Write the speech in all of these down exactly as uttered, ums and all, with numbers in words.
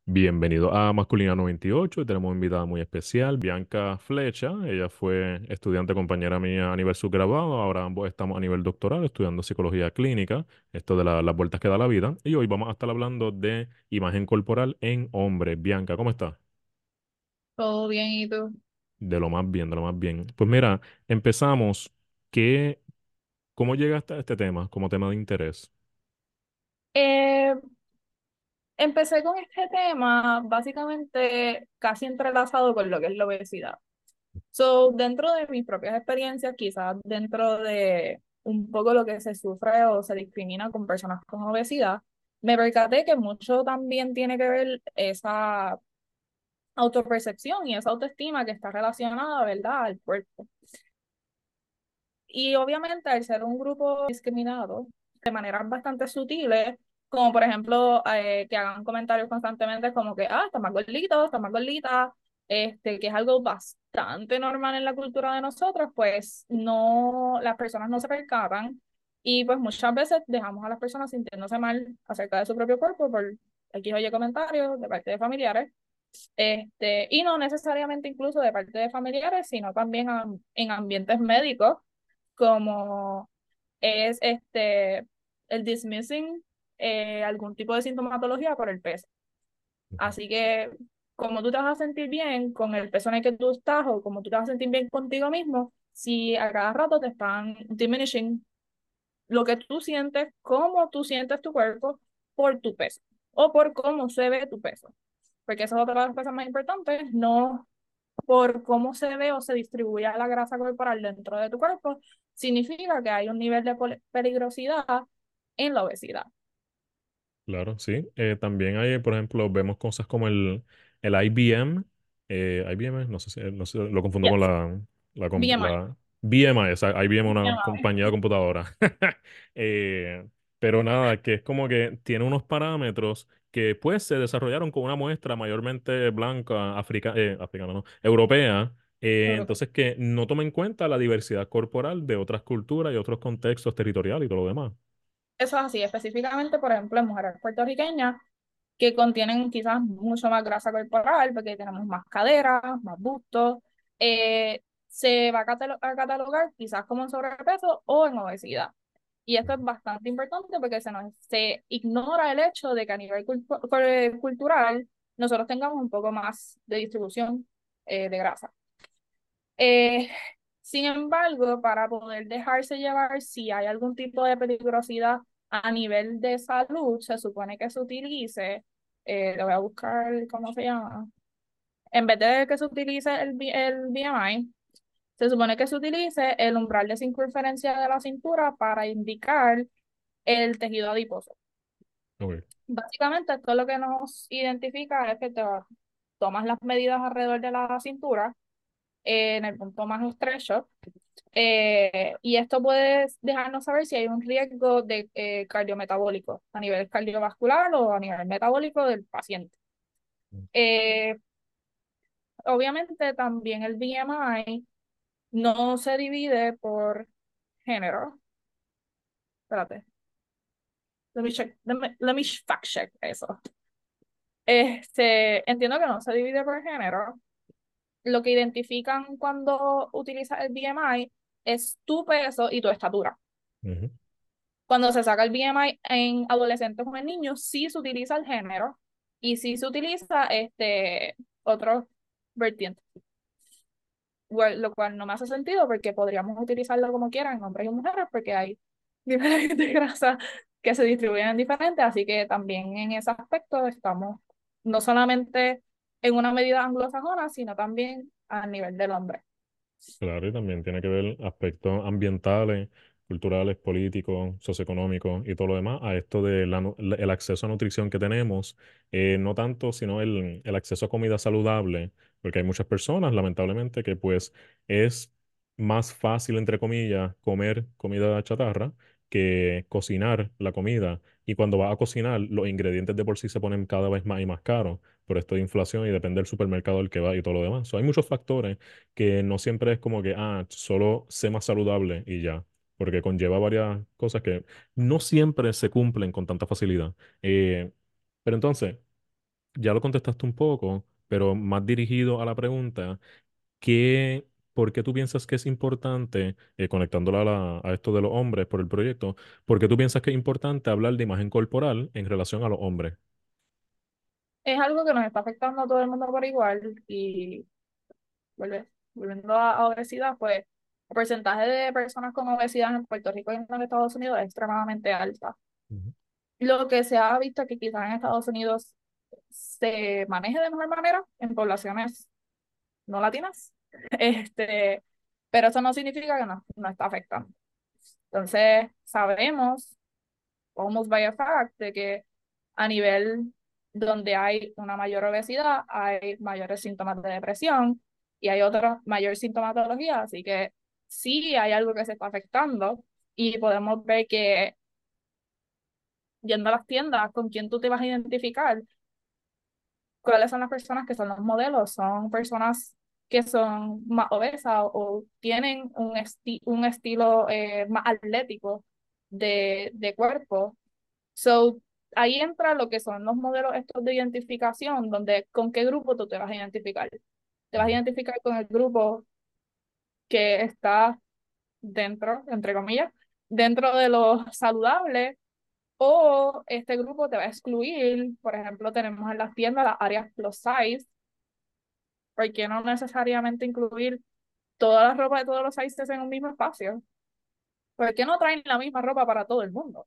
Bienvenido a Masculina noventa y ocho y tenemos una invitada muy especial, Bianca Flecha. Ella fue estudiante compañera mía a nivel subgrabado, ahora ambos estamos a nivel doctoral estudiando psicología clínica, esto de la- las vueltas que da la vida. Y hoy vamos a estar hablando de imagen corporal en hombres. Bianca, ¿cómo estás? Todo bien, ¿y tú? De lo más bien, de lo más bien. Pues mira, empezamos. ¿Qué, cómo llegaste a este tema como tema de interés? Eh, Empecé con este tema básicamente casi entrelazado con lo que es la obesidad. So, dentro de mis propias experiencias, quizás dentro de un poco lo que se sufre o se discrimina con personas con obesidad, me percaté que mucho también tiene que ver esa autopercepción y esa autoestima que está relacionada, ¿verdad?, al cuerpo. Y obviamente al ser un grupo discriminado de maneras bastante sutiles, como por ejemplo eh, que hagan comentarios constantemente como que, ah, está más gordito, está más gordita, este, que es algo bastante normal en la cultura de nosotros, pues no, las personas no se percatan y pues muchas veces dejamos a las personas sintiéndose mal acerca de su propio cuerpo por X o Y comentarios de parte de familiares, este, y no necesariamente incluso de parte de familiares, sino también am- en ambientes médicos como es este el dismissing eh, algún tipo de sintomatología por el peso. Así que como tú te vas a sentir bien con el peso en el que tú estás o como tú te vas a sentir bien contigo mismo, si a cada rato te están diminishing lo que tú sientes, cómo tú sientes tu cuerpo por tu peso o por cómo se ve tu peso. Porque esa es otra de las cosas más importantes, no por cómo se ve o se distribuye la grasa corporal dentro de tu cuerpo, significa que hay un nivel de peligrosidad en la obesidad. Claro, sí. Eh, también hay, por ejemplo, vemos cosas como el, el I B M. Eh, I B M, no sé si no sé, lo confundo con Yes, la, la, comp- B M I. la B M I, esa, I B M es una B M I. compañía de computadora. Eh, pero nada, que es como que tiene unos parámetros que pues se desarrollaron con una muestra mayormente blanca, africa- eh, africana, no, europea. Eh, Europeo. entonces que no toma en cuenta la diversidad corporal de otras culturas y otros contextos territoriales y todo lo demás. Eso es así, específicamente, por ejemplo, en mujeres puertorriqueñas que contienen quizás mucho más grasa corporal, porque tenemos más caderas, más bustos, eh, se va a, catalo- a catalogar quizás como en sobrepeso o en obesidad. Y esto es bastante importante porque se nos se ignora el hecho de que a nivel cultu- cul- cultural nosotros tengamos un poco más de distribución eh, de grasa. Eh, Sin embargo, para poder dejarse llevar, si hay algún tipo de peligrosidad a nivel de salud, se supone que se utilice, eh, lo voy a buscar, ¿cómo se llama? En vez de que se utilice el, B- el B M I, se supone que se utilice el umbral de circunferencia de la cintura para indicar el tejido adiposo. Ok. Básicamente, esto lo que nos identifica es que te tomas las medidas alrededor de la cintura, eh, en el punto más estrecho, eh, y esto puede dejarnos saber si hay un riesgo de eh, cardiometabólico a nivel cardiovascular o a nivel metabólico del paciente. Eh, Obviamente también el B M I no se divide por género. Espérate, let me check, let me, let me fact check eso. Este, entiendo que no se divide por género. Lo que identifican cuando utilizas el B M I es tu peso y tu estatura. Ujú. Cuando se saca el B M I en adolescentes o en niños, sí se utiliza el género y sí se utiliza este otro vertiente, Well, lo cual no me hace sentido porque podríamos utilizarlo como quieran, hombres y mujeres, porque hay diferentes grasas que se distribuyen diferentes, así que también en ese aspecto estamos no solamente en una medida anglosajona, sino también a nivel del hombre. Claro, y también tiene que ver aspectos ambientales, culturales, políticos, socioeconómicos y todo lo demás a esto del el acceso a nutrición que tenemos, eh, no tanto, sino el, el acceso a comida saludable, porque hay muchas personas, lamentablemente, que pues es más fácil, entre comillas, comer comida chatarra que cocinar la comida. Y cuando vas a cocinar, los ingredientes de por sí se ponen cada vez más y más caros por esto de inflación y depende del supermercado al que va y todo lo demás. So, hay muchos factores que no siempre es como que, ah, solo sé más saludable y ya, porque conlleva varias cosas que no siempre se cumplen con tanta facilidad. Eh, pero entonces, ya lo contestaste un poco, pero más dirigido a la pregunta, ¿qué, ¿por qué tú piensas que es importante, eh, conectándola a, la- a esto de los hombres por el proyecto, ¿por qué tú piensas que es importante hablar de imagen corporal en relación a los hombres? Es algo que nos está afectando a todo el mundo por igual y vuelve- volviendo a, a obesidad, pues el porcentaje de personas con obesidad en Puerto Rico y en los Estados Unidos es extremadamente alta. Ujú, Lo que se ha visto que quizás en Estados Unidos se maneje de mejor manera en poblaciones no latinas, este, pero eso no significa que no, no está afectando. Entonces, sabemos, almost by a fact, de que a nivel donde hay una mayor obesidad, hay mayores síntomas de depresión y hay otra mayor sintomatología, así que sí hay algo que se está afectando y podemos ver que yendo a las tiendas, con quién tú te vas a identificar, cuáles son las personas que son los modelos, son personas que son más obesas o, o tienen un, esti un estilo eh, más atlético de, de cuerpo. So, ahí entra lo que son los modelos estos de identificación, donde con qué grupo tú te vas a identificar. Te vas a ujú. identificar con el grupo que está dentro, entre comillas, dentro de lo saludable, o este grupo te va a excluir. Por ejemplo, tenemos en las tiendas las áreas plus size, porque no necesariamente incluir toda la ropa de todos los sizes en un mismo espacio. ¿Por qué no traen la misma ropa para todo el mundo?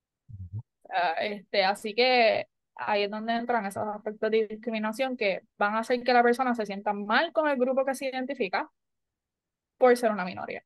Uh, este, así que ahí es donde entran esos aspectos de discriminación que van a hacer que la persona se sienta mal con el grupo que se identifica por ser una minoría.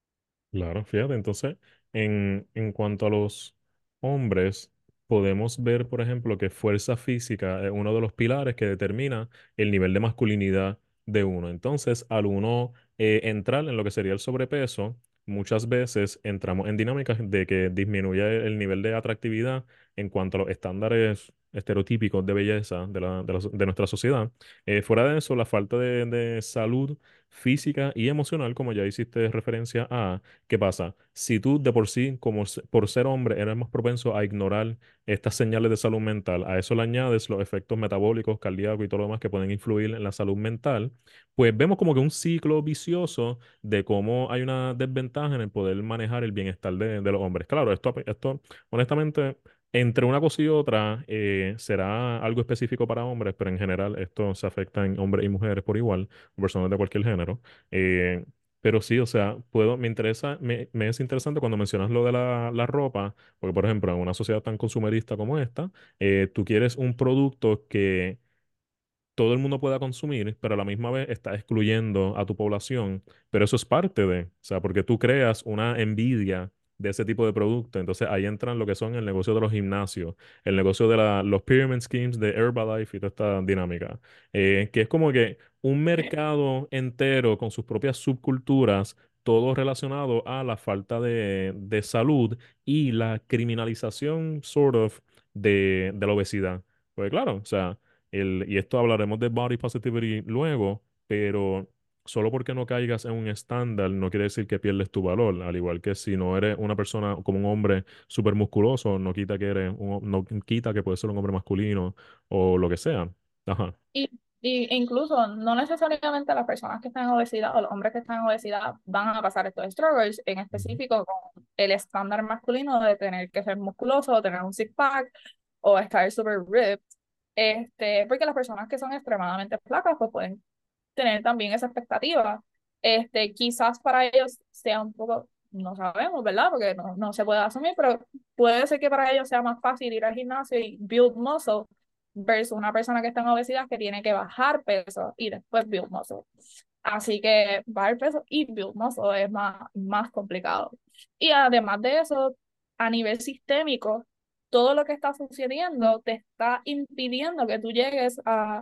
Claro, fíjate, entonces, en, en cuanto a los hombres, podemos ver, por ejemplo, que fuerza física es uno de los pilares que determina el nivel de masculinidad de uno. Entonces, al uno eh, entrar en lo que sería el sobrepeso, muchas veces entramos en dinámicas de que disminuye el nivel de atractividad en cuanto a los estándares estereotípicos de belleza de, la- de la so- de nuestra sociedad. Eh, fuera de eso, la falta de de salud física y emocional, como ya hiciste referencia a. ¿Qué pasa? Si tú de por sí, como se- por ser hombre, eres más propenso a ignorar estas señales de salud mental, a eso le añades los efectos metabólicos, cardíacos y todo lo demás que pueden influir en la salud mental, pues vemos como que un ciclo vicioso de cómo hay una desventaja en el poder manejar el bienestar de, de los hombres. Claro, esto, esto honestamente, entre una cosa y otra, eh, será algo específico para hombres, pero en general esto se afecta en hombres y mujeres por igual, personas de cualquier género. Eh, pero sí, o sea, puedo, me interesa, me, me es interesante cuando mencionas lo de la, la ropa, porque por ejemplo, en una sociedad tan consumerista como esta, eh, tú quieres un producto que todo el mundo pueda consumir, pero a la misma vez está excluyendo a tu población. Pero eso es parte de, o sea, porque tú creas una envidia de ese tipo de producto. Entonces ahí entran lo que son el negocio de los gimnasios, el negocio de la- los pyramid schemes de Herbalife y toda esta dinámica, eh, que es como que un mercado entero con sus propias subculturas, todo relacionado a la falta de, de salud y la criminalización, sort of, de, de la obesidad. Pues claro, o sea, el, y esto hablaremos de body positivity luego, pero solo porque no caigas en un estándar no quiere decir que pierdes tu valor. Al igual que si no eres una persona como un hombre súper musculoso, no quita que eres un- no quita que puedes ser un hombre masculino o lo que sea. Ajá. Y, y incluso no necesariamente las personas que están en obesidad o los hombres que están en obesidad van a pasar estos struggles, en Ujú. específico con el estándar masculino de tener que ser musculoso o tener un six pack o estar super ripped. Este, porque las personas que son extremadamente flacas pues pueden tener también esa expectativa. Este, quizás para ellos sea un poco, no sabemos, ¿verdad? Porque no, no se puede asumir, pero puede ser que para ellos sea más fácil ir al gimnasio y build muscle versus una persona que está en obesidad que tiene que bajar peso y después build muscle. Así que bajar peso y build muscle es más, más complicado. Y además de eso, a nivel sistémico, todo lo que está sucediendo te está impidiendo que tú llegues a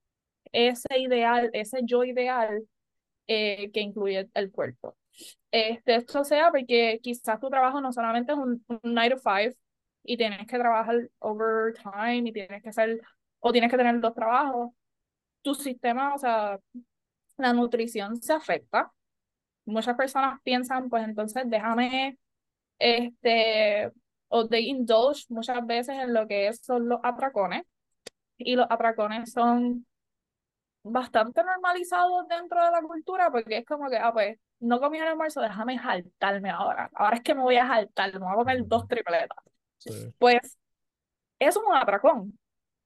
ese ideal, ese yo ideal eh, que incluye el cuerpo. Este, esto sea porque quizás tu trabajo no solamente es un, un nine to five y tienes que trabajar overtime y tienes que hacer, o tienes que tener dos trabajos. Tu sistema, o sea, la nutrición se afecta. Muchas personas piensan, pues entonces déjame, este, o they indulge muchas veces en lo que son los atracones y los atracones son bastante normalizados dentro de la cultura porque es como que, ah, pues, no comí en el almuerzo, déjame jaltarme ahora. Ahora es que me voy a jaltar, me voy a comer Ujú. dos tripletas. Sí. Pues eso es un atracón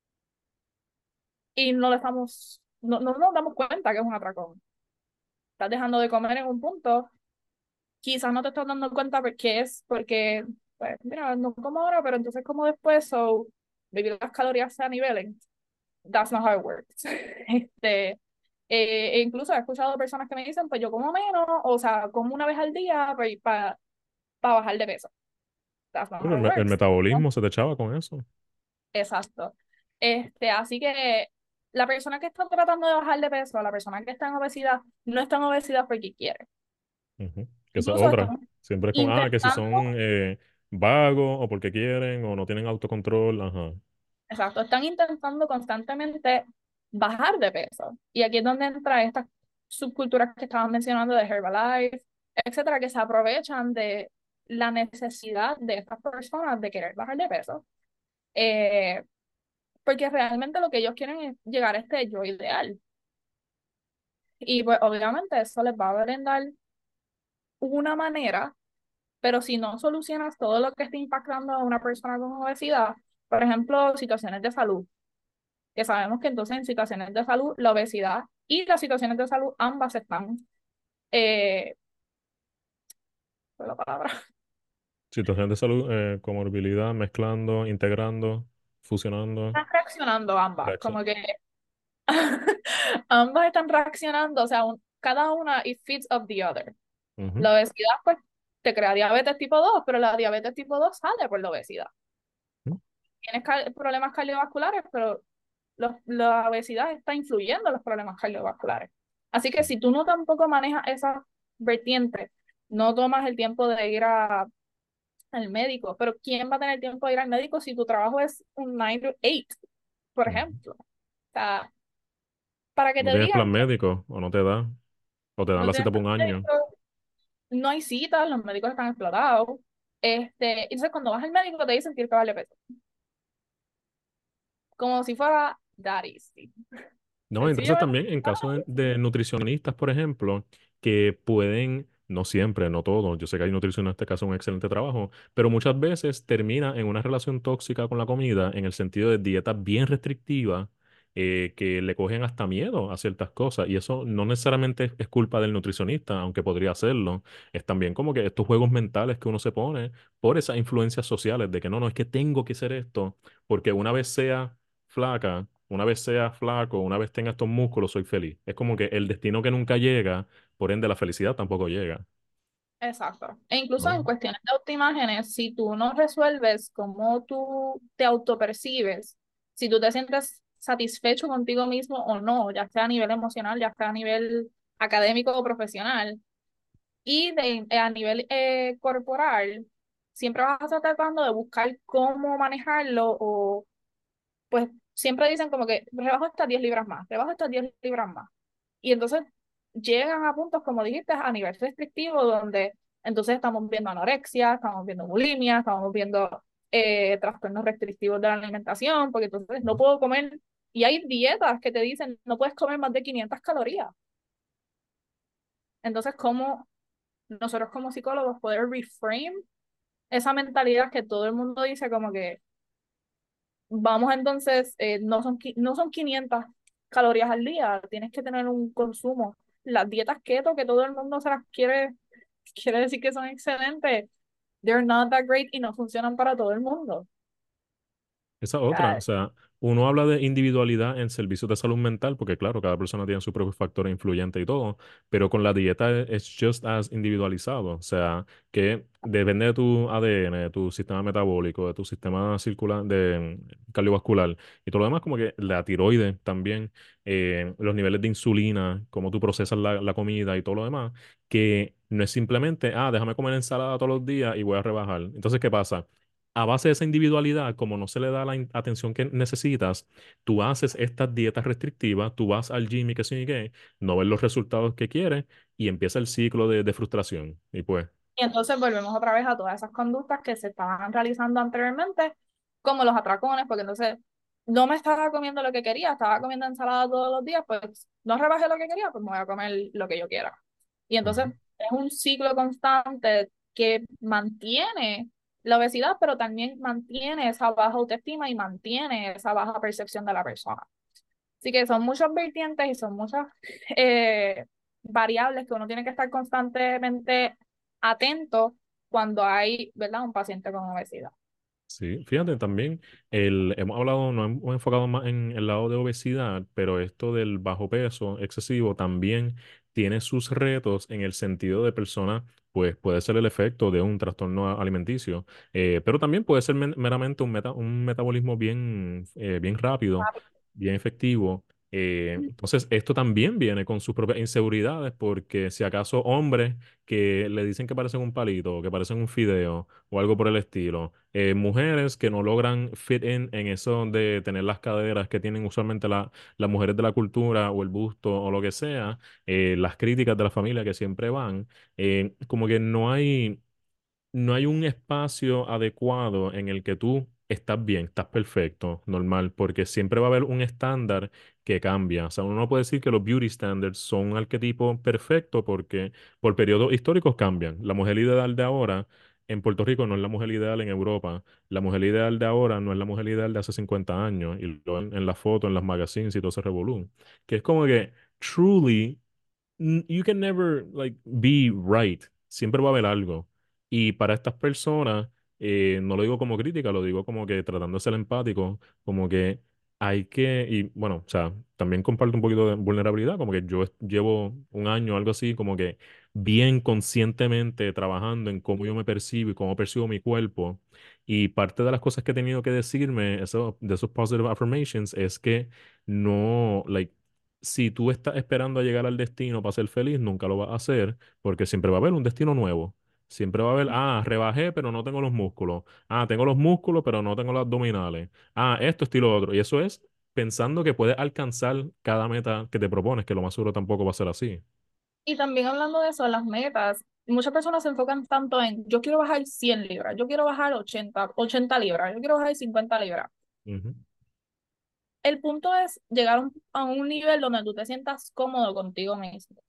y no le estamos, no, no nos damos cuenta que es un atracón. Estás dejando de comer en un punto, quizás no te estás dando cuenta porque es, porque, pues, mira, no como ahora, pero entonces como después, so, vivir las calorías a niveles. That's not how it works. Este, eh, e incluso he escuchado personas que me dicen, pues yo como menos, o sea, como una vez al día para pa bajar de peso. That's not Bueno, how el, it me- el works. ¿No? metabolismo se te echaba con eso. Exacto. Este, así que la persona que está tratando de bajar de peso, la persona que está en obesidad, no está en obesidad porque quiere. Ujú. Que esa es Incluso otra. están Siempre es como, ah, que si son intentando, eh, vagos o porque quieren o no tienen autocontrol. Ajá. exacto, están intentando constantemente bajar de peso. Y aquí es donde entra estas subculturas que estaban mencionando de Herbalife, etcétera, que se aprovechan de la necesidad de estas personas de querer bajar de peso. Eh, porque realmente lo que ellos quieren es llegar a este yo ideal. Y pues obviamente eso les va a brindar una manera, pero si no solucionas todo lo que está impactando a una persona con obesidad, por ejemplo, situaciones de salud, que sabemos que entonces en situaciones de salud, la obesidad y las situaciones de salud ambas están, eh, ¿cuál es la palabra? Situación de salud, eh, comorbilidad, mezclando, integrando, fusionando. Están reaccionando ambas, Reacción. como que ambas están reaccionando, o sea, un- cada una it feeds of the other. Ujú. La obesidad, pues, te crea diabetes tipo dos, pero la diabetes tipo dos sale por la obesidad. Tienes car- problemas cardiovasculares, pero los- la obesidad está influyendo en los problemas cardiovasculares. Así que si tú no tampoco manejas esa vertiente, no tomas el tiempo de ir a, al médico, pero ¿quién va a tener tiempo de ir al médico si tu trabajo es un nine to eight, por Ujú. ejemplo? O sea, para que No te tienes digan plan que médico o no te da. O te dan no la tienes cita por un año. médico, no hay citas, los médicos están explotados. Este, entonces cuando vas al médico te dicen tienes que darle peso, como si fuera that easy. No, entonces Sencillamente, también en caso de, de nutricionistas, por ejemplo, que pueden, no siempre, no todos, yo sé que hay nutricionistas que hacen un excelente trabajo, pero muchas veces termina en una relación tóxica con la comida, en el sentido de dietas bien restrictivas, eh, que le cogen hasta miedo a ciertas cosas, y eso no necesariamente es, es culpa del nutricionista, aunque podría serlo, es también como que estos juegos mentales que uno se pone por esas influencias sociales, de que no, no, es que tengo que hacer esto, porque una vez sea flaca, una vez sea flaco, una vez tenga estos músculos, soy feliz. Es como que el destino que nunca llega, por ende la felicidad tampoco llega, exacto. E incluso ¿no? en cuestiones de autoimágenes, si tú no resuelves cómo tú te autopercibes, si tú te sientes satisfecho contigo mismo o no, ya sea a nivel emocional, ya sea a nivel académico o profesional, y de, eh, a nivel eh, corporal, siempre vas a estar tratando de buscar cómo manejarlo o pues siempre dicen como que rebajo estas diez libras más, rebajo estas diez libras más. Y entonces llegan a puntos, como dijiste, a nivel restrictivo, donde entonces estamos viendo anorexia, estamos viendo bulimia, estamos viendo eh, trastornos restrictivos de la alimentación, porque entonces no Ujú. puedo comer, y hay dietas que te dicen no puedes comer más de quinientas calorías. Entonces, ¿cómo nosotros como psicólogos poder reframe esa mentalidad que todo el mundo dice como que vamos entonces, eh, no son, qui- no son quinientas calorías al día, tienes que tener un consumo. Las dietas keto, que todo el mundo se las quiere, quiere decir que son excelentes, they're not that great y no funcionan para todo el mundo. O Esa otra, o sea, sea, uno habla de individualidad en servicios de salud mental, porque claro, cada persona tiene sus propios factores influyentes y todo, pero con la dieta es just as individualizado, o sea, que depende de tu A D N, de tu sistema metabólico, de tu sistema circular, de mm, cardiovascular y todo lo demás, como que la tiroides también, eh, los niveles de insulina, cómo tú procesas la, la comida y todo lo demás, que no es simplemente, ah, déjame comer ensalada todos los días y voy a rebajar. Entonces, ¿qué pasa? A base de esa individualidad, como no se le da la in- atención que necesitas, tú haces estas dietas restrictivas, tú vas al gym y qué sé yo qué, no ves los resultados que quieres y empieza el ciclo de, de frustración. Y pues, y entonces volvemos otra vez a todas esas conductas que se estaban realizando anteriormente, como los atracones, porque entonces no me estaba comiendo lo que quería, estaba comiendo ensalada todos los días, pues no rebajé lo que quería, pues me voy a comer lo que yo quiera. Y entonces Ujú. es un ciclo constante que mantiene la obesidad, pero también mantiene esa baja autoestima y mantiene esa baja percepción de la persona. Así que son muchos vertientes y son muchas eh, variables que uno tiene que estar constantemente atento cuando hay, ¿verdad?, un paciente con obesidad. Sí, fíjate también, el, hemos hablado, nos hemos enfocado más en el lado de obesidad, pero esto del bajo peso excesivo también tiene sus retos en el sentido de persona, pues puede ser el efecto de un trastorno a- alimenticio, eh, pero también puede ser men- meramente un, meta- un metabolismo bien, eh, bien rápido, bien efectivo. Eh, entonces, esto también viene con sus propias inseguridades, porque si acaso hombres que le dicen que parecen un palito, o que parecen un fideo, o algo por el estilo, eh, mujeres que no logran fit in en eso de tener las caderas que tienen usualmente la- las mujeres de la cultura o el busto o lo que sea, eh, las críticas de la familia que siempre van, eh, como que no hay no hay un espacio adecuado en el que tú estás bien, estás perfecto, normal, porque siempre va a haber un estándar que cambia. O sea, uno no puede decir que los beauty standards son un arquetipo perfecto porque por periodos históricos cambian. La mujer ideal de ahora en Puerto Rico no es la mujer ideal en Europa. La mujer ideal de ahora no es la mujer ideal de hace cincuenta años. Y lo ven en la foto, en las magazines y todo ese revolú. Que es como que, truly, n- you can never like be right. Siempre va a haber algo. Y para estas personas, eh, no lo digo como crítica, lo digo como que tratando de ser empático, como que hay que, y bueno, o sea, también comparto un poquito de vulnerabilidad, como que yo es- llevo un año, algo así, como que bien conscientemente trabajando en cómo yo me percibo y cómo percibo mi cuerpo. Y parte de las cosas que he tenido que decirme, eso, de esos positive affirmations, es que no, like, si tú estás esperando a llegar al destino para ser feliz, nunca lo vas a hacer porque siempre va a haber un destino nuevo. Siempre va a haber, ah, rebajé, pero no tengo los músculos. Ah, tengo los músculos, pero no tengo los abdominales. Ah, esto, estilo otro. Y eso es pensando que puedes alcanzar cada meta que te propones, que lo más seguro tampoco va a ser así. Y también hablando de eso, las metas, muchas personas se enfocan tanto en, yo quiero bajar cien libras, yo quiero bajar ochenta ochenta libras, yo quiero bajar cincuenta libras. Ujú. El punto es llegar a un, a un nivel donde tú te sientas cómodo contigo mismo.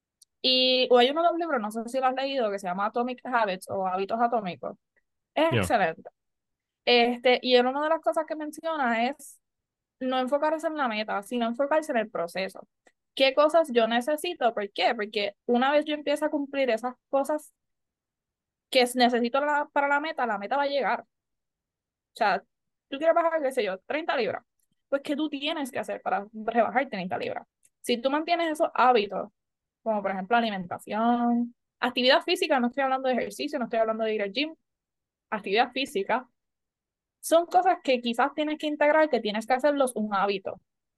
Y o hay uno de los libros, no sé si lo has leído, que se llama Atomic Habits o Hábitos Atómicos. Es Ya. excelente. Este, y en una de las cosas que menciona es no enfocarse en la meta, sino enfocarse en el proceso. ¿Qué cosas yo necesito? ¿Por qué? Porque una vez yo empiezo a cumplir esas cosas que es- necesito la- para la meta, la meta va a llegar. O sea, tú quieres bajar, qué sé yo, treinta libras. Pues, ¿qué tú tienes que hacer para rebajar treinta libras? Si tú mantienes esos hábitos, como por ejemplo alimentación, actividad física, no estoy hablando de ejercicio, no estoy hablando de ir al gym, actividad física, son cosas que quizás tienes que integrar, que tienes que hacerlos un hábito.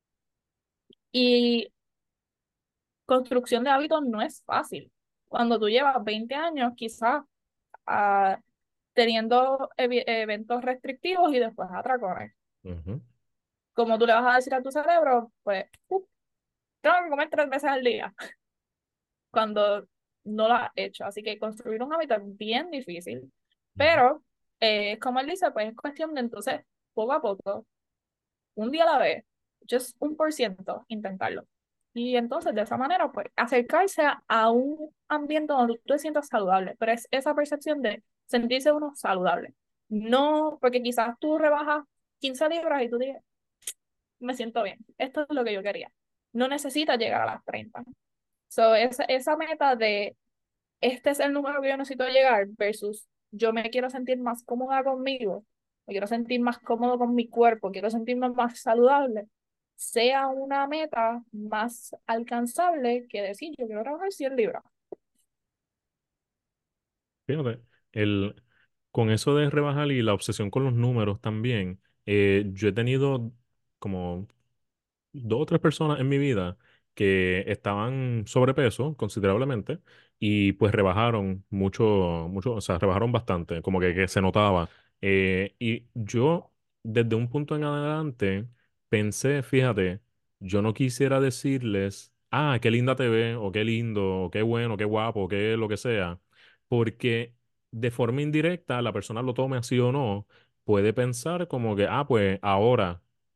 Y construcción de hábitos no es fácil. Cuando tú llevas veinte años, quizás ah, teniendo evi- eventos restrictivos y después atracones. Ujú. Como tú le vas a decir a tu cerebro, pues, "Uh, tengo que comer tres veces al día", cuando no lo has hecho. Así que construir un hábito es bien difícil. Ujú. Pero, eh, como él dice, pues es cuestión de entonces, poco a poco, un día a la vez, just un por ciento, intentarlo. Y entonces, de esa manera, pues, acercarse a, a un ambiente donde tú te sientas saludable, pero es esa percepción de sentirse uno saludable. No, porque quizás tú rebajas quince libras y tú dices, me siento bien, esto es lo que yo quería. No necesitas llegar a las treinta. So, esa, esa meta de este es el número que yo necesito llegar versus yo me quiero sentir más cómoda conmigo, me quiero sentir más cómodo con mi cuerpo, quiero sentirme más saludable, sea una meta más alcanzable que decir yo quiero trabajar cien libras. Fíjate, el, con eso de rebajar y la obsesión con los números también, eh, yo he tenido como dos o tres personas en mi vida que estaban sobrepeso considerablemente y pues rebajaron mucho, mucho, o sea, rebajaron bastante, como que, que se notaba. Eh, y yo desde un punto en adelante pensé, fíjate, yo no quisiera decirles, ah, qué linda te ves, o qué lindo, o qué bueno, qué guapo, o qué lo que sea, porque de forma indirecta la persona lo tome así o no, puede pensar como que, ah, pues ahora.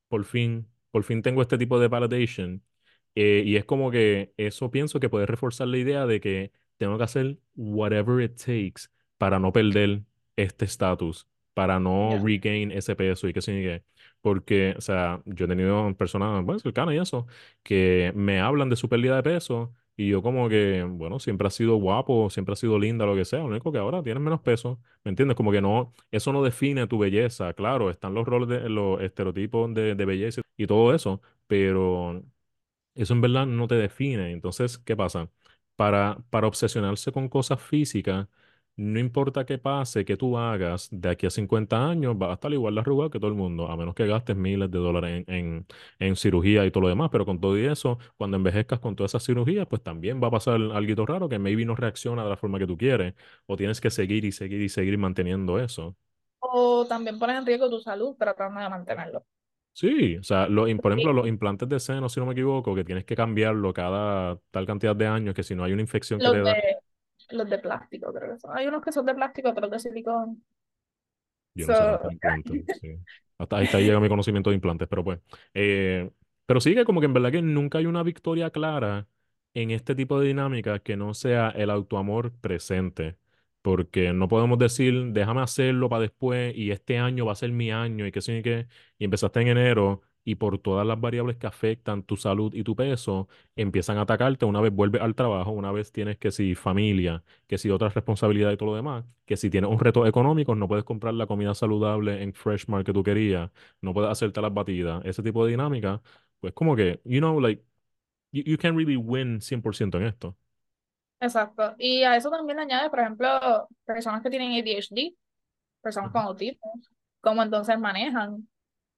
por fin, por fin tengo este tipo de validation. Eh, y es como que eso pienso que puede reforzar la idea de que tengo que hacer whatever it takes para no perder este estatus, para no Ya. regain ese peso y qué sé yo qué. Porque, o sea, yo he tenido personas, bueno, cercanas y eso, que me hablan de su pérdida de peso y yo como que, bueno, siempre ha sido guapo, siempre ha sido linda, lo que sea, lo único que ahora tienes menos peso, ¿me entiendes? Como que no, eso no define tu belleza, claro, están los roles de los estereotipos de, de belleza y todo eso, pero eso en verdad no te define. Entonces, ¿qué pasa? Para, para obsesionarse con cosas físicas, no importa qué pase, qué tú hagas, de aquí a cincuenta años vas a estar igual de arrugado que todo el mundo, a menos que gastes miles de dólares en, en, en cirugía y todo lo demás. Pero con todo y eso, cuando envejezcas con todas esas cirugías, pues también va a pasar algo raro que maybe no reacciona de la forma que tú quieres, o tienes que seguir y seguir y seguir manteniendo eso. O también pones en riesgo tu salud tratando de mantenerlo. Sí, o sea, los, im- por ejemplo, Sí. los implantes de seno, si no me equivoco, que tienes que cambiarlo cada tal cantidad de años, que si no hay una infección que te Los da. de, los de plástico, creo que son. Hay unos que son de plástico, otros de silicón. Yo no sé tanto So, de implantes, sí. Hasta ahí, hasta ahí llega mi conocimiento de implantes, pero pues. Eh, pero sí que como que en verdad que nunca hay una victoria clara en este tipo de dinámicas que no sea el autoamor presente. Porque no podemos decir, déjame hacerlo para después y este año va a ser mi año y qué sé yo qué. Y empezaste en enero y por todas las variables que afectan tu salud y tu peso, empiezan a atacarte una vez vuelves al trabajo, una vez tienes que si familia, que si otras responsabilidades y todo lo demás, que si tienes un reto económico no puedes comprar la comida saludable en Fresh Mart que tú querías, no puedes hacerte las batidas, ese tipo de dinámica, pues como que, you know, like, you, you can't really win cien por ciento en esto. exacto. Y a eso también le añade, por ejemplo, personas que tienen A D H D, personas Ujú, con autismo, cómo entonces manejan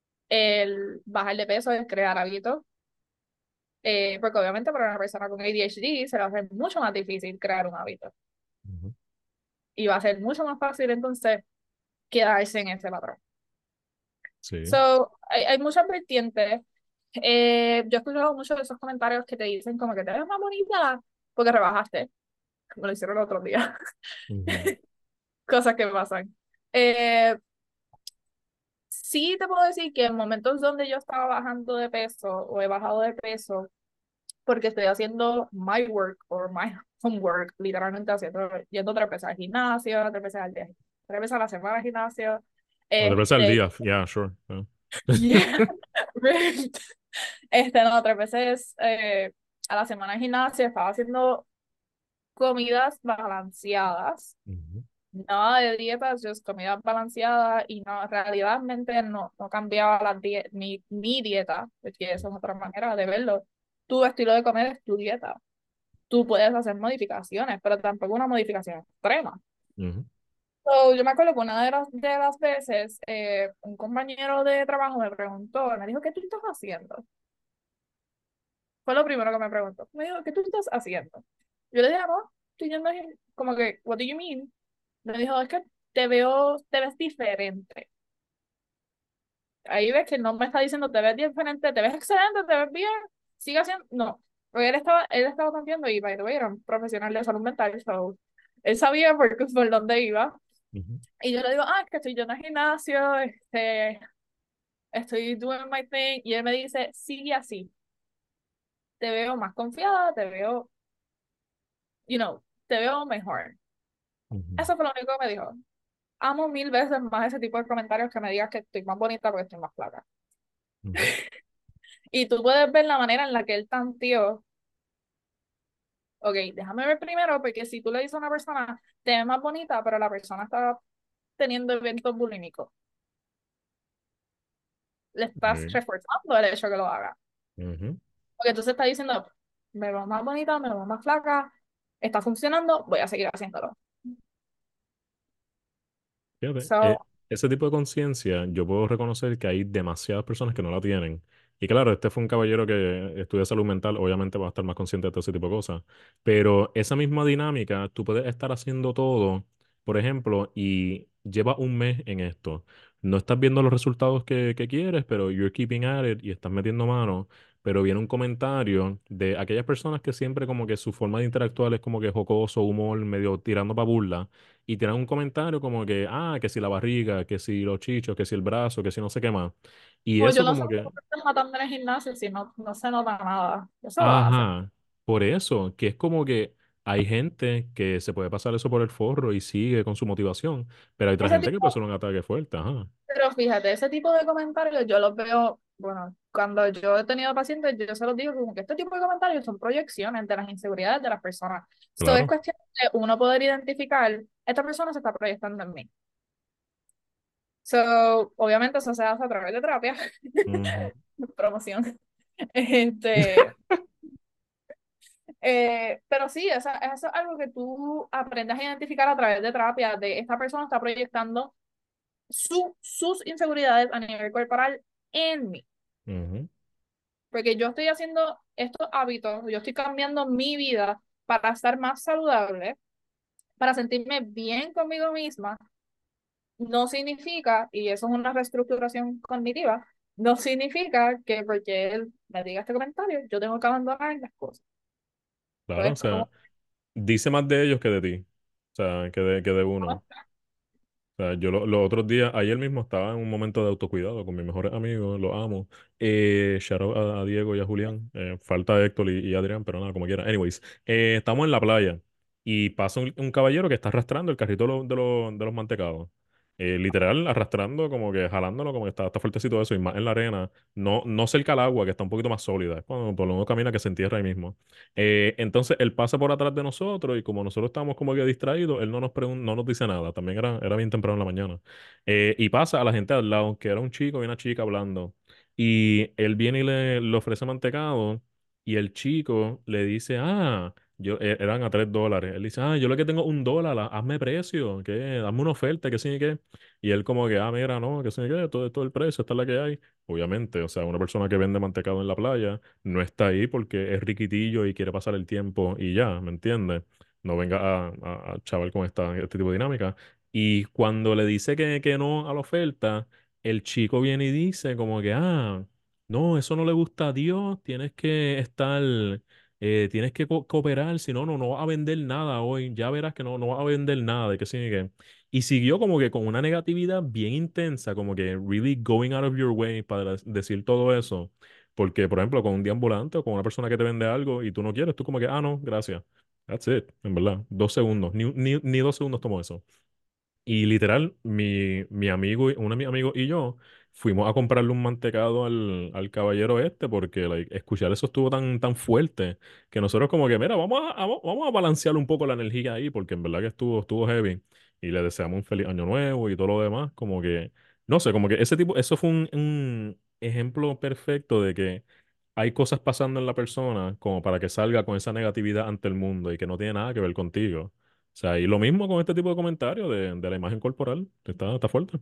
el bajar de peso, el crear hábitos. Eh, porque obviamente para una persona con A D H D se le va a hacer mucho más difícil crear un hábito. ujú. Y va a ser mucho más fácil entonces quedarse en ese patrón. Sí. So, hay, hay muchas vertientes. Eh, yo he escuchado muchos de esos comentarios que te dicen como que te ves más bonita porque rebajaste, como lo hicieron el otro día. Ujú, Cosas que pasan. Eh, sí te puedo decir que en momentos donde yo estaba bajando de peso o he bajado de peso porque estoy haciendo my work o my homework, literalmente haciendo, yendo tres veces al gimnasio, tres veces al día, tres veces a la semana al gimnasio. o de veces al Este, día, yeah, sure. Yeah. yeah, right. Este, no, tres veces eh, a la semana al gimnasio, estaba haciendo comidas balanceadas, Ujú, nada de dietas, just comidas balanceadas y no, realmente no, no cambiaba la die mi, mi dieta, porque esa es otra manera de verlo. Tu estilo de comer es tu dieta. Tú puedes hacer modificaciones, pero tampoco una modificación extrema. ujú, So, yo me acuerdo que una de las, de las veces eh, un compañero de trabajo me preguntó, me dijo, ¿qué tú estás haciendo? Fue lo primero que me preguntó. Me dijo, ¿qué tú estás haciendo? Yo le dije, "Ah, no, estoy yendo al gim-". Como que, what do you mean? Me dijo, es que te veo, te ves diferente. Ahí ves que no me está diciendo, te ves diferente, te ves excelente, te ves bien, sigue haciendo, no. Porque él estaba, él estaba confiando y, by the way, era un profesional de salud mental, so, él sabía por, por dónde iba. ujú, Y yo le digo, ah, es que estoy yendo al gimnasio, este, estoy doing my thing. Y él me dice, sigue así, te veo más confiada, te veo, you know, te veo mejor. ujú, Eso fue lo único que me dijo. Amo mil veces más ese tipo de comentarios que me digas que estoy más bonita porque estoy más flaca. ujú, Y tú puedes ver la manera en la que él tanteó. Ok, déjame ver primero, porque si tú le dices a una persona, te ves más bonita, pero la persona está teniendo eventos bulímicos, le estás ok, reforzando el hecho que lo haga. ujú. Porque entonces está diciendo, me veo más bonita, me veo más flaca, está funcionando, voy a seguir haciéndolo. Fíjate, So, eh, ese tipo de conciencia, yo puedo reconocer que hay demasiadas personas que no la tienen. Y claro, este fue un caballero que estudia salud mental, obviamente va a estar más consciente de todo ese tipo de cosas. Pero esa misma dinámica, tú puedes estar haciendo todo, por ejemplo, y lleva un mes en esto. No estás viendo los resultados que, que quieres, pero you're keeping at it y estás metiendo mano. pero viene un comentario de aquellas personas que siempre como que su forma de interactuar es como que jocoso, humor, medio tirando para burla, y tiran un comentario como que, ah, que si la barriga, que si los chichos, que si el brazo, que si no sé qué más. Y Como yo eso no sé como que, cómo te estás matando en el gimnasio si no, no se nota nada. Eso lo hace. ajá, por eso, que es como que hay gente que se puede pasar eso por el forro y sigue con su motivación, pero hay otra Ese gente que puede tipo, ser un ataque fuerte, ajá. pero fíjate, ese tipo de comentarios yo los veo, bueno, cuando yo he tenido pacientes, yo se los digo como que este tipo de comentarios son proyecciones de las inseguridades de las personas. Esto es Claro. cuestión de uno poder identificar, esta persona se está proyectando en mí. So, obviamente eso se hace a través de terapia, Ujú. promoción. Este, eh, pero sí, esa- eso es algo que tú aprendes a identificar a través de terapia, de esta persona está proyectando su, sus inseguridades a nivel corporal en mí. Ujú. Porque yo estoy haciendo estos hábitos, yo estoy cambiando mi vida para estar más saludable, para sentirme bien conmigo misma, no significa, y eso es una reestructuración cognitiva, no significa que porque él me diga este comentario, yo tengo que abandonar las cosas. Claro, o Entonces, sea, como, dice más de ellos que de ti, o sea, que de, que de uno. O sea, yo lo- los otros días, ayer mismo estaba en un momento de autocuidado con mis mejores amigos, los amo. Eh, shout out a, a Diego y a Julián. Eh, falta Héctor y, y Adrián, pero nada, como quiera. Anyways, eh, estamos en la playa y pasa un, un caballero que está arrastrando el carrito de, los de los- de los mantecados. Eh, literal, arrastrando, como que jalándolo, como que está, está fuertecito eso, y más en la arena. No, no cerca al agua, que está un poquito más sólida. Es cuando por lo menos camina que se entierra ahí mismo. Eh, entonces él pasa por atrás de nosotros y como nosotros estamos como que distraídos, él no nos pregun- no nos dice nada. También era, era bien temprano en la mañana. Eh, y pasa a la gente al lado, que era un chico y una chica hablando. Y él viene y le, le ofrece mantecado y el chico le dice, ah, yo, e- eran a tres dólares. Él dice, ah, yo lo que tengo es un dólar, ha- hazme precio, que dame una oferta, que sí, que. Y él como que, ah, mira, no, que sí, que todo, todo el precio, esta es la que hay. Obviamente, o sea, una persona que vende mantecado en la playa no está ahí porque es riquitillo y quiere pasar el tiempo y ya, ¿me entiendes? No venga a, a, a chaval con esta, este tipo de dinámica. Y cuando le dice que, que no a la oferta, el chico viene y dice como que, ah, no, eso no le gusta a Dios, tienes que estar, eh, tienes que co- cooperar, si no, no, no vas a vender nada hoy, ya verás que no, no vas a vender nada, de qué sigue qué. Y siguió como que con una negatividad bien intensa, como que really going out of your way para decir todo eso. Porque, por ejemplo, con un deambulante o con una persona que te vende algo y tú no quieres, tú como que, ah, no, gracias. That's it, en verdad. Dos segundos, ni, ni, ni dos segundos tomó eso. Y literal, mi, mi amigo, y- uno de mis amigos y yo fuimos a comprarle un mantecado al, al caballero este porque like, escuchar eso estuvo tan, tan fuerte que nosotros como que, mira, vamos a, vamos, vamos a balancear un poco la energía ahí porque en verdad que estuvo, estuvo heavy y le deseamos un feliz año nuevo y todo lo demás, como que, no sé, como que ese tipo, eso fue un, un ejemplo perfecto de que hay cosas pasando en la persona como para que salga con esa negatividad ante el mundo y que no tiene nada que ver contigo. O sea, y lo mismo con este tipo de comentarios de, de la imagen corporal. Está, está fuerte.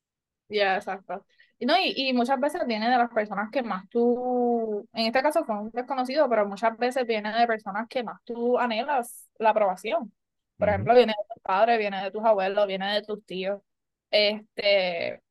ya, exacto. Y, no, y, y muchas veces viene de las personas que más tú, en este caso fue un desconocido, pero muchas veces viene de personas que más tú anhelas la aprobación. Por Ujú, ejemplo, viene de tus padres, viene de tus abuelos, viene de tus tíos. Este,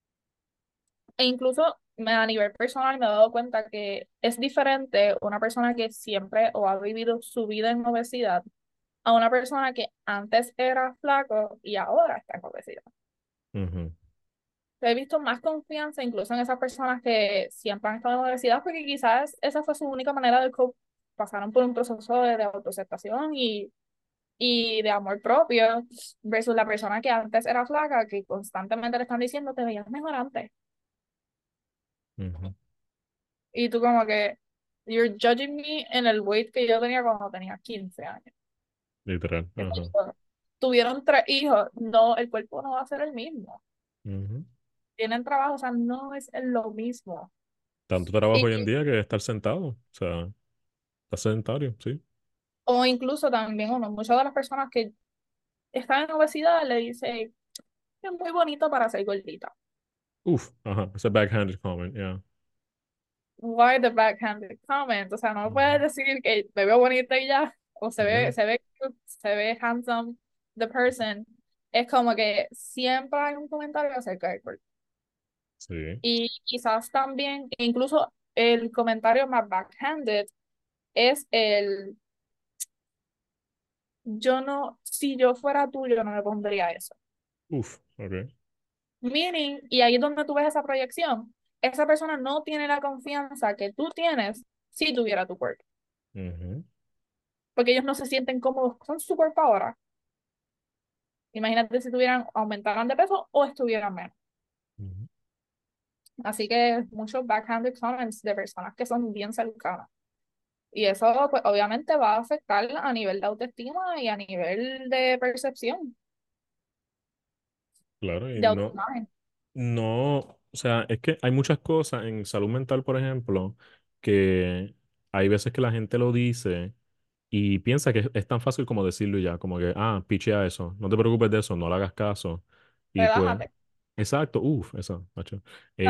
e incluso me- a nivel personal me he dado cuenta que es diferente una persona que siempre o ha vivido su vida en obesidad a una persona que antes era flaco y ahora está en obesidad. ujú, He visto más confianza incluso en esas personas que siempre han estado en obesidad porque quizás esa fue su única manera de cope. Pasaron por un proceso de, de autoaceptación y, y de amor propio versus la persona que antes era flaca que constantemente le están diciendo te veías mejor antes. ujú. Y tú como que, you're judging me en el weight que yo tenía cuando tenía quince años. Literal. Qué sé Ajá. yo. Tuvieron tres hijos, no, el cuerpo no va a ser el mismo. Ujú. Tienen trabajo, o sea, no es lo mismo. Tanto trabajo Y, hoy en día que estar sentado. O sea, estar sedentario, sí. o incluso también, uno, muchas de las personas que están en obesidad le dicen, es muy bonito para ser gordita. Uf, ajá. Ese backhanded comment, yeah. Why the backhanded comment? O sea, no me puedes Ujú. decir que me veo bonita y ya, o se Yeah, ve, se ve cute, se ve handsome, the person. Es como que siempre hay un comentario acerca del cuerpo. sí. Y quizás también, incluso el comentario más backhanded es el, yo no, si yo fuera tú, yo no me pondría eso. Uf, ok. Meaning, y ahí es donde tú ves esa proyección, esa persona no tiene la confianza que tú tienes si tuviera tu cuerpo, Ujú, porque ellos no se sienten cómodos con su cuerpo ahora. Imagínate si tuvieran, aumentaran de peso o estuvieran menos. ujú. Así que muchos backhanded comments de personas que son bien cercanas. Y eso, pues, obviamente va a afectar a nivel de autoestima y a nivel de percepción, Claro, y de no, autoimagen. no, o sea, es que hay muchas cosas en salud mental, por ejemplo, que hay veces que la gente lo dice y piensa que es, es tan fácil como decirlo y ya, como que, ah, pichea eso, no te preocupes de eso, no le hagas caso. Y pues, Relájate. exacto, uff, eso, macho.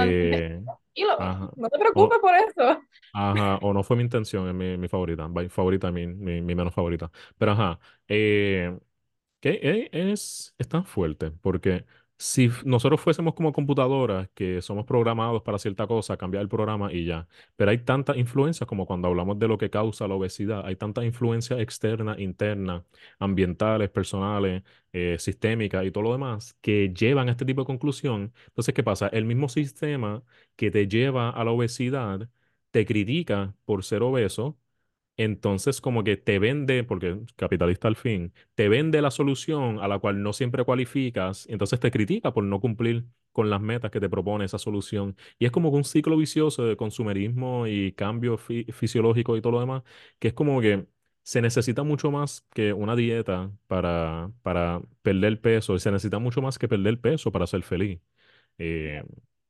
Eh, Tranquilo, ajá. no te O, preocupes por eso. ajá, o no fue mi intención, es mi, mi favorita, by- favorita, mi, mi, mi menos favorita. Pero ajá, eh, que e- es, es tan fuerte, porque si f- nosotros fuésemos como computadoras que somos programados para cierta cosa, cambiar el programa y ya, pero hay tantas influencias como cuando hablamos de lo que causa la obesidad, hay tantas influencias externas, internas, ambientales, personales, eh, sistémicas y todo lo demás que llevan a este tipo de conclusión. Entonces, ¿qué pasa? El mismo sistema que te lleva a la obesidad te critica por ser obeso, entonces, como que te vende, porque capitalista al fin, te vende la solución a la cual no siempre cualificas, entonces te critica por no cumplir con las metas que te propone esa solución. Y es como que un ciclo vicioso de consumerismo y cambio fi- fisiológico y todo lo demás, que es como que se necesita mucho más que una dieta para, para perder peso, y se necesita mucho más que perder peso para ser feliz. Eh,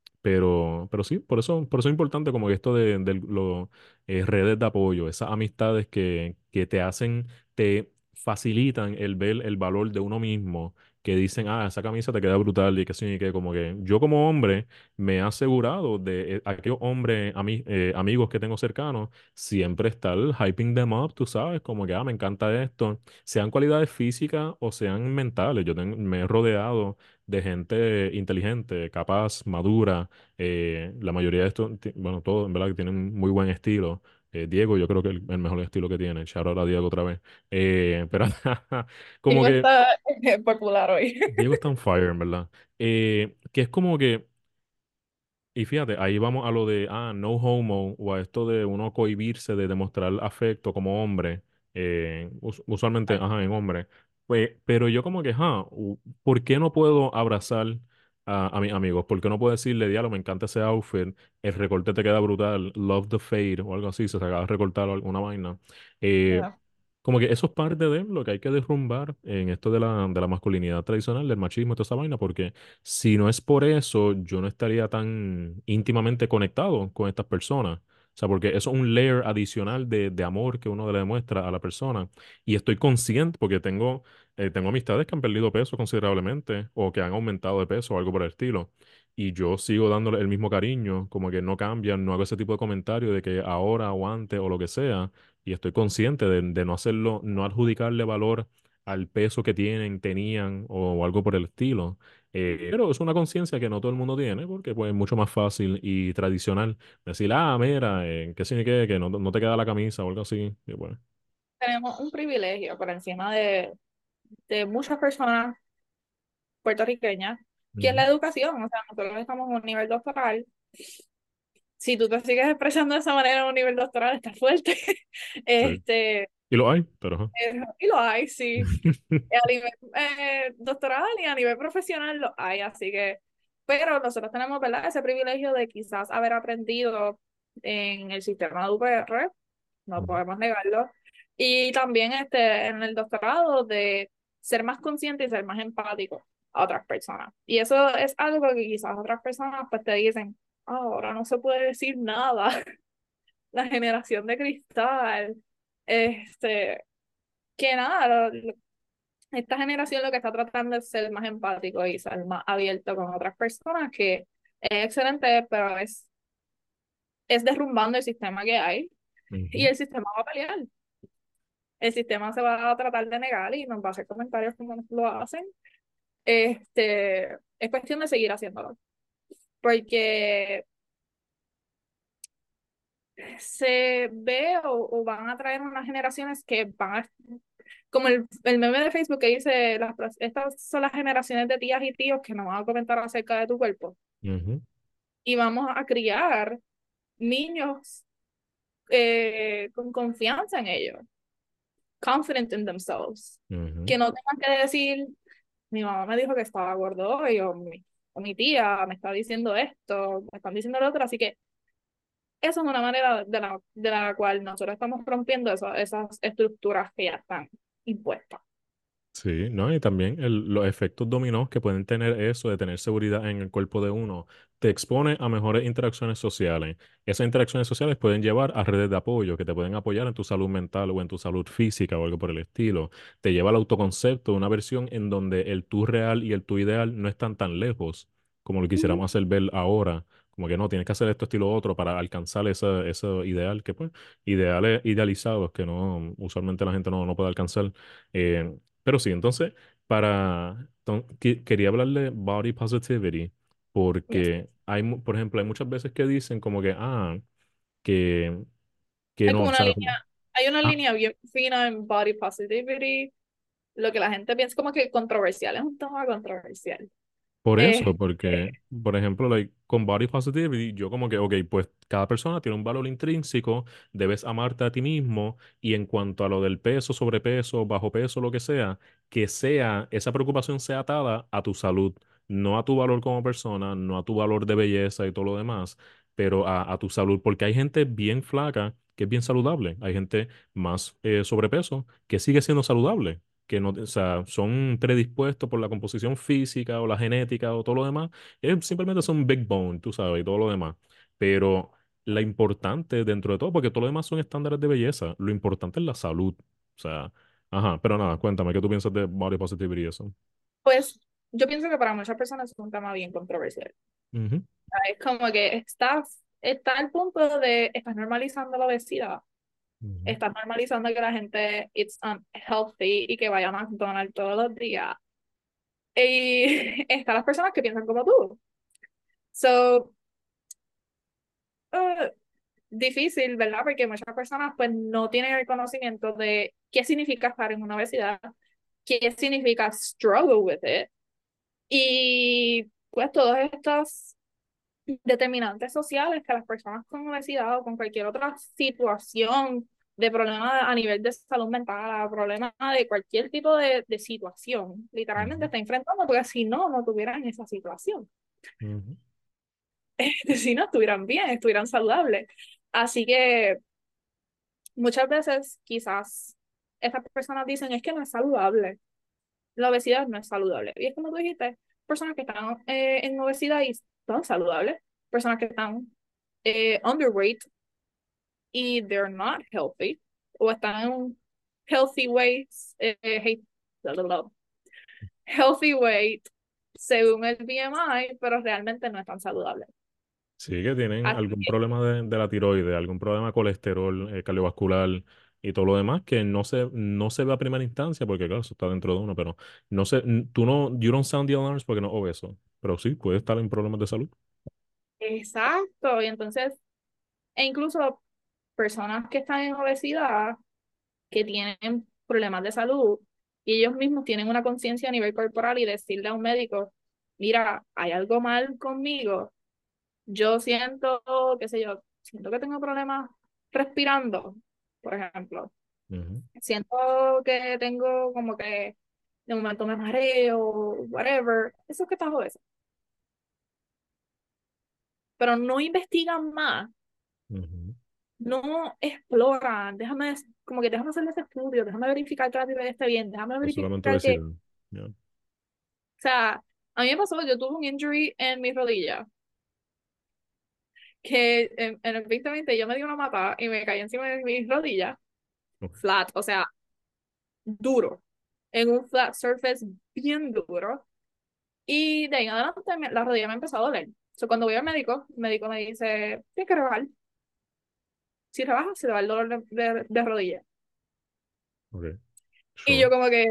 pero, pero sí, por eso, por eso es importante como que esto de, de los redes de apoyo, esas amistades que, que te hacen, te facilitan el ver el valor de uno mismo, que dicen, ah, esa camisa te queda brutal y que sí, y que como que yo como hombre me he asegurado de eh, aquellos hombres, ami- eh, amigos que tengo cercanos, siempre estar hyping them up, tú sabes, como que, ah, me encanta esto, sean cualidades físicas o sean mentales. Yo tengo- me he rodeado de gente inteligente, capaz, madura. Eh, la mayoría de estos, ti- bueno, todos en verdad que tienen muy buen estilo. Eh, Diego, yo creo que el, el mejor estilo que tiene. Shout out a Diego otra vez. Eh, pero como Digo, que está popular hoy. Diego está on fire, en verdad. Eh, que es como que y fíjate, ahí vamos a lo de, ah, no homo, o a esto de uno cohibirse de demostrar afecto como hombre, eh, us- usualmente, ajá, en hombre. Pues, pero yo como que, ajá, u- ¿por qué no puedo abrazar a, a mis amigos? ¿Por qué no puedo decirle, diablo, me encanta ese outfit, el recorte te queda brutal, love the fade, o algo así, se te acaba de recortar alguna vaina? Eh, Ajá. Como que eso es parte de lo que hay que derrumbar en esto de la, de la masculinidad tradicional, del machismo y toda esa vaina, porque si no es por eso, yo no estaría tan íntimamente conectado con estas personas. O sea, porque eso es un layer adicional de, de amor que uno le demuestra a la persona. Y estoy consciente, porque tengo, eh, tengo amistades que han perdido peso considerablemente o que han aumentado de peso o algo por el estilo. Y yo sigo dándole el mismo cariño, como que no cambian, no hago ese tipo de comentario de que ahora o antes o lo que sea. Y estoy consciente de, de no hacerlo, no adjudicarle valor al peso que tienen, tenían o algo por el estilo. Eh, pero es una conciencia que no todo el mundo tiene, porque pues, es mucho más fácil y tradicional decir, ah, mira, eh, qué significa que no, no te queda la camisa o algo así. Y bueno, Tenemos un privilegio por encima de, de muchas personas puertorriqueñas, que es la ujú, educación. O sea, nosotros estamos en un nivel doctoral. Si tú te sigues expresando de esa manera en un nivel doctoral, está fuerte. sí. Este, Y lo hay, pero ajá. eh, y lo hay, sí. A nivel eh, doctoral y a nivel profesional lo hay, así que, pero nosotros tenemos, ¿verdad? Ese privilegio de quizás haber aprendido en el sistema de U P R, no Ujú, podemos negarlo, y también este, en el doctorado de ser más consciente y ser más empático a otras personas. Y eso es algo que quizás otras personas pues te dicen, "Ah, ahora no se puede decir nada, la generación de cristal, este, que nada, esta generación lo que está tratando es ser más empático y ser más abierto con otras personas, que es excelente, pero es, es derrumbando el sistema que hay y ujú. el sistema va a pelear. El sistema se va a tratar de negar y nos va a hacer comentarios como nos lo hacen. Este, es cuestión de seguir haciéndolo. Porque se ve o, o van a traer unas generaciones que van a, como el, el meme de Facebook que dice, las, estas son las generaciones de tías y tíos que nos van a comentar acerca de tu cuerpo. Ujú, Y vamos a criar niños eh, con confianza en ellos, confident in themselves, ujú. que no tengan que decir, mi mamá me dijo que estaba gordo hoy, o mi, o mi tía me está diciendo esto, me están diciendo lo otro, así que esa es una manera de la, de la cual nosotros estamos rompiendo eso- esas estructuras que ya están impuestas. Sí, ¿no? Y también el- los efectos dominó que pueden tener eso de tener seguridad en el cuerpo de uno, te expone a mejores interacciones sociales. Esas interacciones sociales pueden llevar a redes de apoyo que te pueden apoyar en tu salud mental o en tu salud física o algo por el estilo. Te lleva al autoconcepto, una versión en donde el tú real y el tú ideal no están tan lejos como lo Ujú. quisiéramos hacer ver ahora. Como que no, tienes que hacer esto, estilo otro para alcanzar ese, ese ideal que pues, ideales idealizados que no, usualmente la gente no, no puede alcanzar. Eh, pero sí, entonces, para, ton- que- quería hablarle de body positivity, Yes. porque hay, mu- por ejemplo, hay muchas veces que dicen como que, ah, que, que Hay no, como o una sea, línea, hay una ah, línea bien fina en body positivity, lo que la gente piensa como que controversial, es un tema controversial. por eso, porque, Este, por ejemplo, like, con body positivity, yo como que, ok, pues cada persona tiene un valor intrínseco, debes amarte a ti mismo, y en cuanto a lo del peso, sobrepeso, bajo peso, lo que sea, que sea, esa preocupación sea atada a tu salud, no a tu valor como persona, no a tu valor de belleza y todo lo demás, pero a, a tu salud, porque hay gente bien flaca que es bien saludable, hay gente más eh, sobrepeso que sigue siendo saludable que no, o sea, son predispuestos por la composición física o la genética o todo lo demás, es, simplemente son big bone, tú sabes, y todo lo demás. Pero la importante dentro de todo, porque todo lo demás son estándares de belleza, lo importante es la salud. O sea, ajá, pero nada, cuéntame, ¿qué tú piensas de body positivity y eso? pues yo pienso que para muchas personas es un tema bien controversial. Ujú, Es como que estás, está al punto de, estás normalizando la obesidad, ujú, estás normalizando que la gente it's unhealthy y que vaya a McDonald's todos los días. Y están las personas que piensan como tú. So, uh, difícil, ¿verdad? Porque muchas personas pues no tienen el conocimiento de qué significa estar en una obesidad, qué significa struggle with it. Y pues todas estas determinantes sociales que las personas con obesidad o con cualquier otra situación de problema a nivel de salud mental, problema de cualquier tipo de, de situación, literalmente ujú, está enfrentando, porque si no, no tuvieran esa situación. ujú, Si no, estuvieran bien, estuvieran saludables. Así que muchas veces quizás estas personas dicen es que no es saludable, la obesidad no es saludable. Y es como tú dijiste, personas que están eh, en obesidad y están saludables, personas que están eh, underweight y they're not healthy, o están en un healthy weight, eh, hey, healthy weight según el B M I, pero realmente no están saludables. sí, que tienen Así algún que, problema de, de la tiroides, algún problema de colesterol eh, cardiovascular y todo lo demás que no se, no se ve a primera instancia, porque claro, eso está dentro de uno, pero no sé, n- tú no, you don't sound the alarms porque no es obeso, pero sí, puede estar en problemas de salud. exacto, y entonces, e incluso personas que están en obesidad, que tienen problemas de salud, y ellos mismos tienen una conciencia a nivel corporal y decirle a un médico, mira, hay algo mal conmigo, yo siento, qué sé yo, siento que tengo problemas respirando, por ejemplo. Ujú, Siento que tengo como que de momento me mareo, whatever. Eso es que estás obeso. Pero no investigan más, ujú. no exploran. Déjame, como que déjame hacer ese estudio, déjame verificar que la tiroides esté bien, déjame Es solamente verificar que, obesidad. Ya. o sea, a mí me pasó, yo tuve un injury en mi rodilla, que en, en el dos mil veinte yo me di una matada y me caí encima de mi rodilla, Ok. flat, o sea, duro, en un flat surface bien duro. Y de ahí en adelante me- la rodilla me empezó a doler. So, cuando voy al médico, el médico me dice, tienes que rebajar. Si rebajas, se te va el dolor de, de, de rodilla. Ok. Y yo Sure. como que,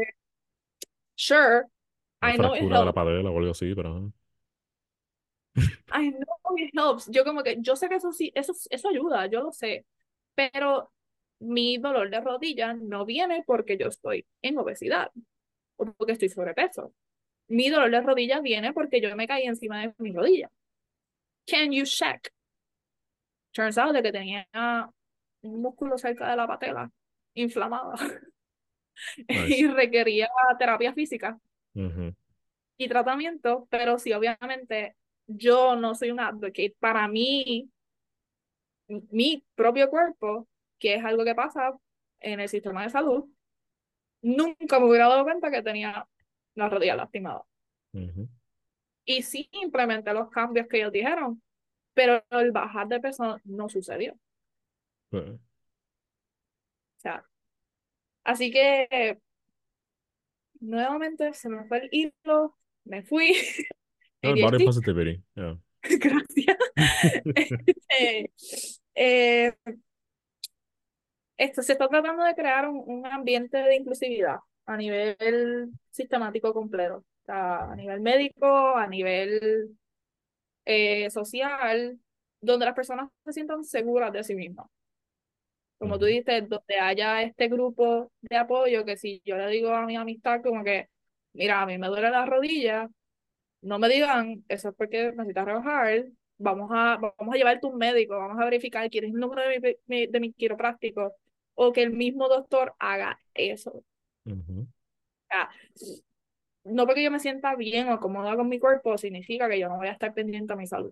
sure, Una I know it fractura de la helps. padela o algo así, pero ajá. I know it helps. Yo como que, yo sé que eso sí, eso, eso ayuda, yo lo sé, pero mi dolor de rodilla no viene porque yo estoy en obesidad o porque estoy sobrepeso. Mi dolor de rodilla viene porque yo me caí encima de mi rodilla. Can you check? Turns out de que tenía un músculo cerca de la patela inflamado y Nice. requería terapia física Ujú, y tratamiento, pero sí, obviamente, yo no soy una advocate. Para mí, mi propio cuerpo, que es algo que pasa en el sistema de salud, nunca me hubiera dado cuenta que tenía la rodilla lastimada. ujú. Y sí implementé los cambios que ellos dijeron, pero el bajar de peso no sucedió. O Pues, sea, así que nuevamente se me fue el hilo, me fui, me no, el body divertí, positivity. Yeah. gracias. Este, eh, esto se está tratando de crear un, un ambiente de inclusividad a nivel sistemático completo, o sea, a nivel médico, a nivel eh, social, donde las personas se sientan seguras de sí mismas. Como tú Ujú, dices, donde haya este grupo de apoyo que si yo le digo a mi amistad como que, mira, a mí me duele la rodilla, no me digan, eso es porque necesitas trabajar, vamos a, vamos a llevarte a un médico, vamos a verificar quién es el número de mi, mi- de mi quiropráctico, o que el mismo doctor haga eso. O ujú. sea, no porque yo me sienta bien o cómoda con mi cuerpo, significa que yo no voy a estar pendiente a mi salud.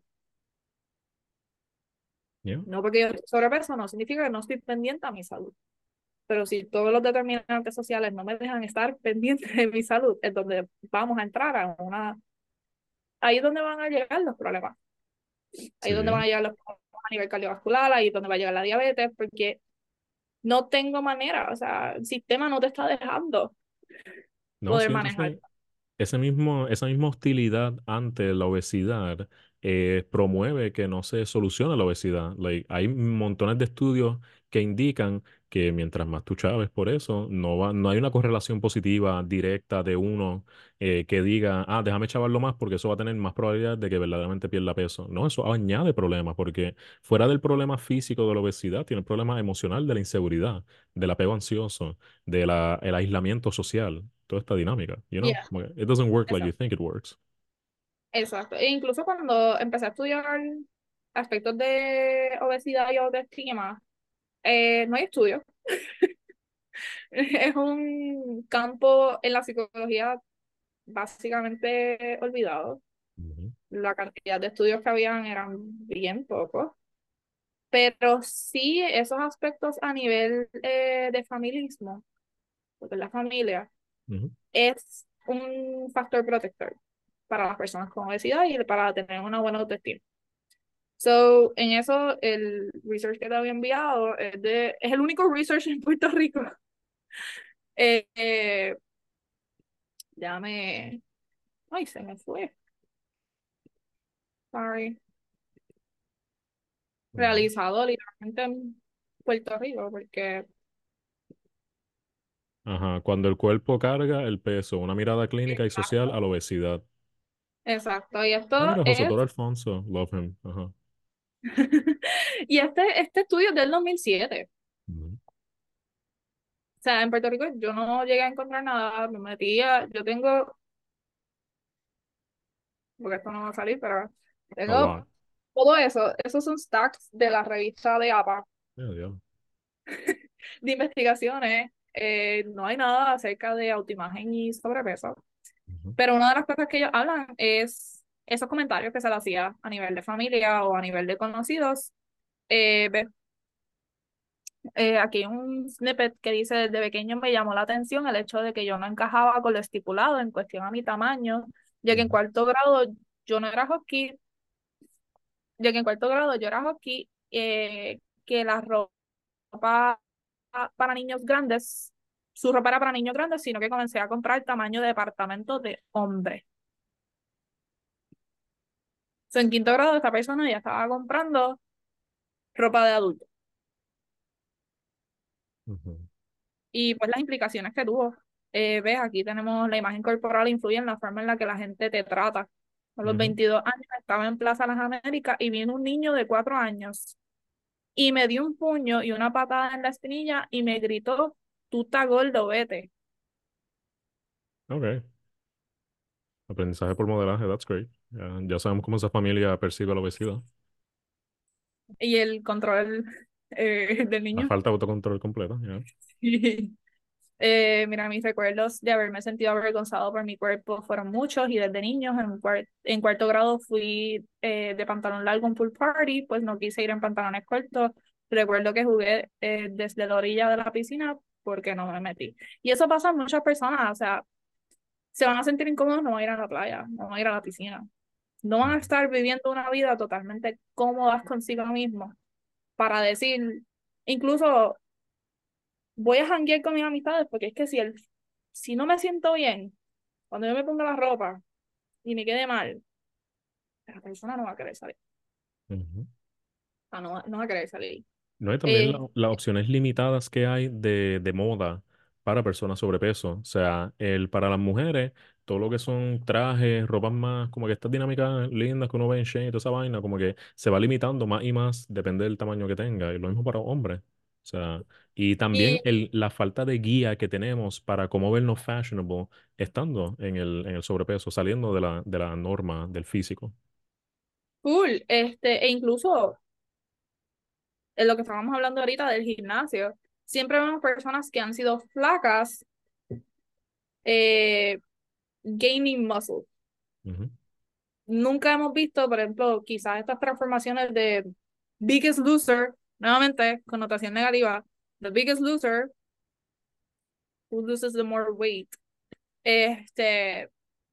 Yeah. No porque yo estoy sobrepeso, no significa que no estoy pendiente a mi salud. Pero si todos los determinantes sociales no me dejan estar pendiente de mi salud, es donde vamos a entrar a una... Ahí es donde van a llegar los problemas. Ahí es donde van Sí. a llegar los problemas a nivel cardiovascular, ahí es donde va a llegar la diabetes, porque no tengo manera, o sea, el sistema no te está dejando No, poder sí, manejar. entonces ese mismo, esa misma hostilidad ante la obesidad eh, promueve que no se solucione la obesidad. Like, hay montones de estudios que indican que mientras más tú chaves por eso, no va, no hay una correlación positiva directa de uno eh, que diga, ah, déjame chavarlo más porque eso va a tener más probabilidad de que verdaderamente pierda peso. No, eso añade problemas porque fuera del problema físico de la obesidad, tiene el problema emocional de la inseguridad, del apego ansioso, del aislamiento social, toda esta dinámica, you know? Yeah, Como que, it doesn't work like you exacto. think it works. Exacto. E incluso cuando empecé a estudiar aspectos de obesidad y autoestima, eh, no hay estudios. Es un campo en la psicología básicamente olvidado. Ujú, La cantidad de estudios que habían eran bien pocos, pero sí esos aspectos a nivel eh, de familismo, porque la familia ujú, es un factor protector para las personas con obesidad y para tener una buena autoestima. So, en eso, el research que te había enviado es, de, es el único research en Puerto Rico. Eh, eh, ya me... Ay, se me fue. Sorry. ujú. Realizado literalmente en Puerto Rico, porque... Ajá, cuando el cuerpo carga el peso, una mirada clínica y social a la obesidad. Exacto, y Ah, esto mira, José es, Toro Alfonso, love him. Ajá. y este, este estudio es del dos mil siete. Ujú. O sea, en Puerto Rico yo no llegué a encontrar nada, me metía, yo tengo, porque esto no va a salir, pero A lot. tengo todo eso, esos son stacks de la revista de A P A, Yeah, yeah. de investigaciones, eh, no hay nada acerca de autoimagen y sobrepeso, Ujú, pero una de las cosas que ellos hablan es esos comentarios que se le hacía a nivel de familia o a nivel de conocidos. Eh, Eh, aquí hay un snippet que dice, desde pequeño me llamó la atención el hecho de que yo no encajaba con lo estipulado en cuestión a mi tamaño, ya que en ujú, cuarto grado yo no era hockey, ya que en cuarto grado yo era hockey, eh, que la ropa para niños grandes, su ropa era para niños grandes, sino que comencé a comprar tamaño de departamento de hombre. So, en quinto grado esta persona ya estaba comprando ropa de adulto. ujú. Y pues las implicaciones que tuvo. Eh, ves, aquí tenemos la imagen corporal influye en la forma en la que la gente te trata. A los Ujú. veintidós años estaba en Plaza Las Américas y vino un niño de cuatro años y me dio un puño y una patada en la espinilla y me gritó, tú estás gordo, vete. Ok. Aprendizaje por modelaje, that's great. Ya, ya sabemos cómo esa familia percibe la obesidad. Y el control eh, del La niño. falta de autocontrol completa, ya. Eh, mira, mis recuerdos de haberme sentido avergonzado por mi cuerpo fueron muchos y desde niños en, cuar- en cuarto grado fui eh, de pantalón largo en pool party, pues no quise ir en pantalones cortos. Recuerdo que jugué eh, desde la orilla de la piscina porque no me metí. Y eso pasa a muchas personas, o sea, se van a sentir incómodos, no van a ir a la playa, no van a ir a la piscina, no van a Ujú. estar viviendo una vida totalmente cómodas consigo mismos para decir, incluso voy a janguear con mis amistades porque es que si, el, si no me siento bien, cuando yo me ponga la ropa y me quede mal, la persona no va a querer salir. Ujú. O sea, no, no va a querer salir. No hay también Eh, la- las opciones limitadas que hay de, de moda para personas sobrepeso. O sea, el, para las mujeres, todo lo que son trajes, ropas más, como que estas dinámicas lindas que uno ve en Shein y toda esa vaina, como que se va limitando más y más, depende del tamaño que tenga. Y lo mismo para hombres. O sea, y también y el, la falta de guía que tenemos para cómo vernos fashionable estando en el, en el sobrepeso, saliendo de la, de la norma del físico. cool, este, e incluso en lo que estábamos hablando ahorita del gimnasio, siempre vemos personas que han sido flacas, eh, gaining muscle. Ujú. Nunca hemos visto, por ejemplo, quizás estas transformaciones de Biggest Loser, nuevamente, connotación negativa, The Biggest Loser, who loses the more weight. Este,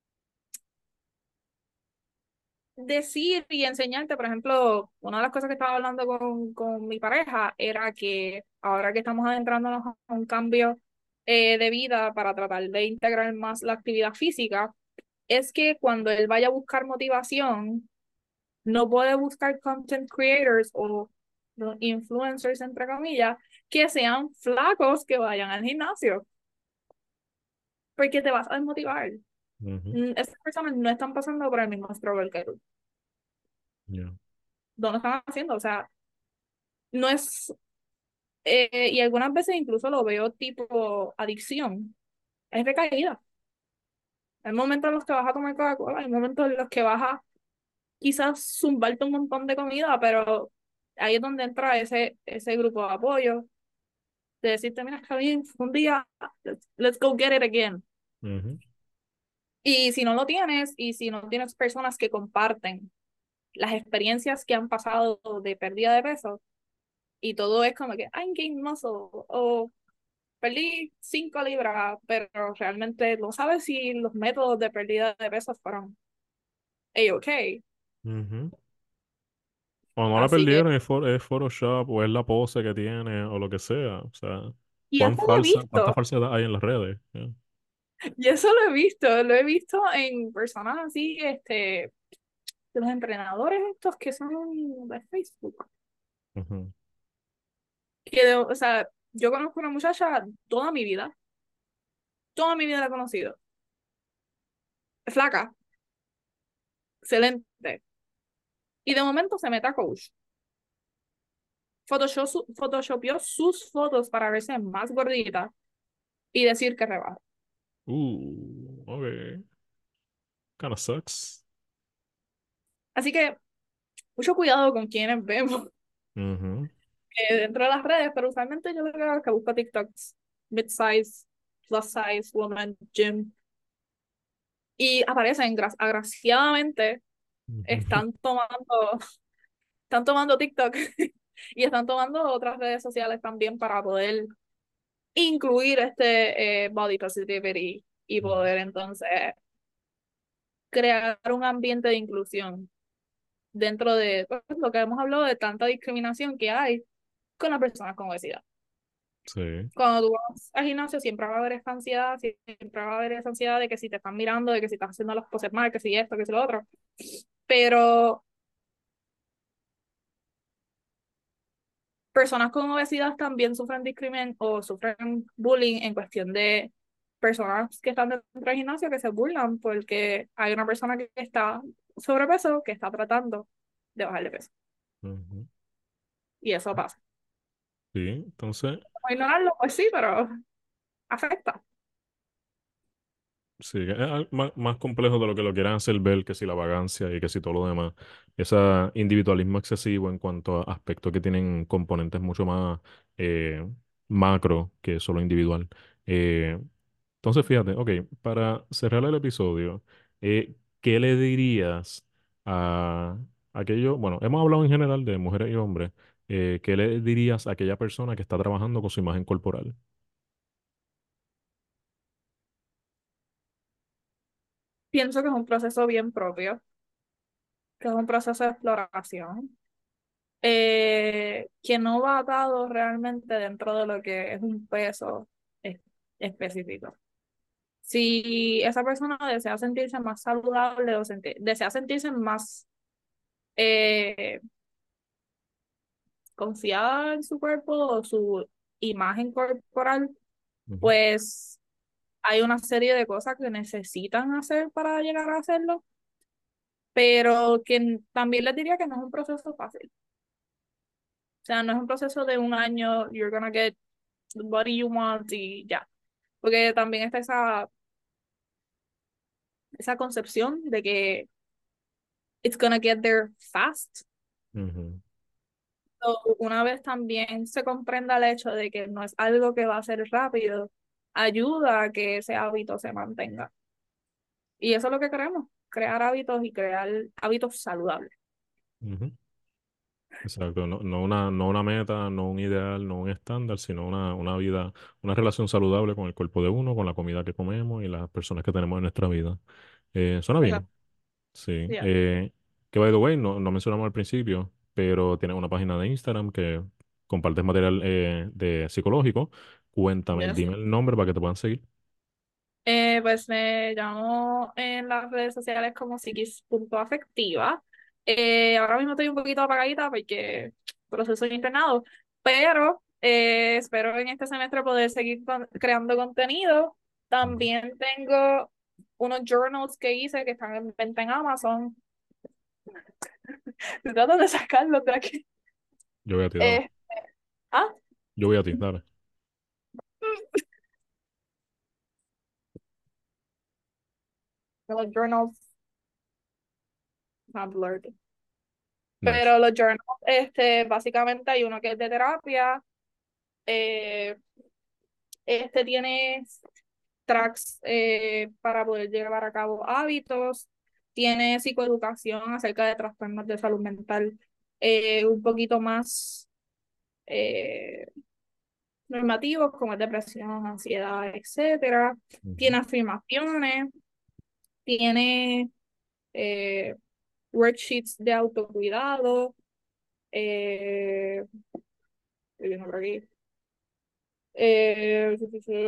decir y enseñarte, por ejemplo, una de las cosas que estaba hablando con, con mi pareja era que ahora que estamos adentrándonos a un cambio eh, de vida para tratar de integrar más la actividad física, es que cuando él vaya a buscar motivación, no puede buscar content creators o los influencers, entre comillas, que sean flacos que vayan al gimnasio, porque te vas a desmotivar. Ujú. Mm, Estas personas no están pasando por el mismo struggle que tú. Ya. No lo están haciendo, o sea, no es, eh, y algunas veces incluso lo veo tipo adicción, es recaída. Hay momentos en los que vas a tomar Coca-Cola, hay momentos en los que vas a quizás zumbarte un montón de comida, pero ahí es donde entra ese, ese grupo de apoyo, de decirte, mira, está bien, fue un día, let's, let's go get it again. Ujú. Y si no lo tienes, y si no tienes personas que comparten las experiencias que han pasado de pérdida de peso, y todo es como que, I'm gained muscle, o perdí cinco libras, pero realmente no sabes si los métodos de pérdida de peso fueron A-OK. Ujú. O no la Así que, perdieron, es, for- es Photoshop o es la pose que tiene o lo que sea. O sea, y cuán eso lo he falsa, cuánta visto, falsedad hay en las redes. Ya. y eso lo he visto, lo he visto en personas así, este, de los entrenadores estos que son de Facebook. Ujú. Que, de- o sea, yo conozco una muchacha toda mi vida, toda mi vida la he conocido, flaca, excelente, y de momento se mete a coach. Photoshop, su- photoshopeó sus fotos para verse más gordita y decir que rebaja. Uh, ok. Kinda sucks. Así que mucho cuidado con quienes vemos Ujú. eh, dentro de las redes, pero usualmente yo lo que hago es que busco TikToks, mid-size, plus size, woman, gym, y aparecen, gra- agraciadamente, Ujú. están tomando, están tomando TikTok y están tomando otras redes sociales también para poder incluir este eh, body positivity y poder entonces crear un ambiente de inclusión dentro de pues, lo que hemos hablado de tanta discriminación que hay con las personas con obesidad. Sí. Cuando tú vas al gimnasio siempre va a haber esa ansiedad, siempre va a haber esa ansiedad de que si te están mirando, de que si estás haciendo las cosas mal, que si esto, que si lo otro. Pero personas con obesidad también sufren discriminación o sufren bullying en cuestión de personas que están dentro del gimnasio que se burlan porque hay una persona que está sobrepeso que está tratando de bajar de peso. Ujú. Y eso pasa. Sí, entonces, ¿Cómo ignorarlo? Pues sí, pero afecta. sí, es al- más, más complejo de lo que lo quieran hacer ver, que si la vagancia y que si todo lo demás. Ese individualismo excesivo en cuanto a aspectos que tienen componentes mucho más eh, macro que solo individual. Eh, entonces, fíjate, ok, para cerrar el episodio, eh, ¿qué le dirías a aquello? Bueno, hemos hablado en general de mujeres y hombres. Eh, ¿qué le dirías a aquella persona que está trabajando con su imagen corporal? Pienso que es un proceso bien propio, que es un proceso de exploración, eh, que no va atado realmente dentro de lo que es un peso es- específico. Si esa persona desea sentirse más saludable o senti- desea sentirse más eh, confiada en su cuerpo o su imagen corporal, Ujú, pues hay una serie de cosas que necesitan hacer para llegar a hacerlo, pero que n- también les diría que no es un proceso fácil. O sea, no es un proceso de un año, you're gonna get the body you want y ya. Porque también está esa, esa concepción de que it's gonna get there fast. ujú, So, una vez también se comprenda el hecho de que no es algo que va a ser rápido, ayuda a que ese hábito se mantenga. Y eso es lo que queremos, crear hábitos y crear hábitos saludables. ujú. Exacto, no, no una, no una meta, no un ideal, no un estándar, sino una, una vida, una relación saludable con el cuerpo de uno, con la comida que comemos y las personas que tenemos en nuestra vida. Eh, suena bien, Exacto. sí. Yeah. Eh, que by the way, no, no mencionamos al principio, pero tienes una página de Instagram que compartes material eh, de psicológico. Cuéntame, Yes. dime el nombre para que te puedan seguir. Eh, pues me llamo en las redes sociales como psiquis.afectiva. Eh, ahora mismo estoy un poquito apagadita porque proceso de internado, pero eh, espero en este semestre poder seguir con- creando contenido. Ujú. También tengo unos journals que hice que están en venta en Amazon. Estoy tratando de sacarlos de aquí. Yo voy a ti, dale. Eh, ah, Yo voy a ti, dale. los journals, not blurred. Nice. Pero los journals, este, básicamente hay uno que es de terapia. eh, Este tiene tracks eh, para poder llevar a cabo hábitos, tiene psicoeducación acerca de trastornos de salud mental eh, un poquito más eh, normativos, como es depresión, ansiedad, etcétera. Ujú. Tiene afirmaciones, tiene eh, worksheets de autocuidado, eh, estoy viendo por aquí, eh,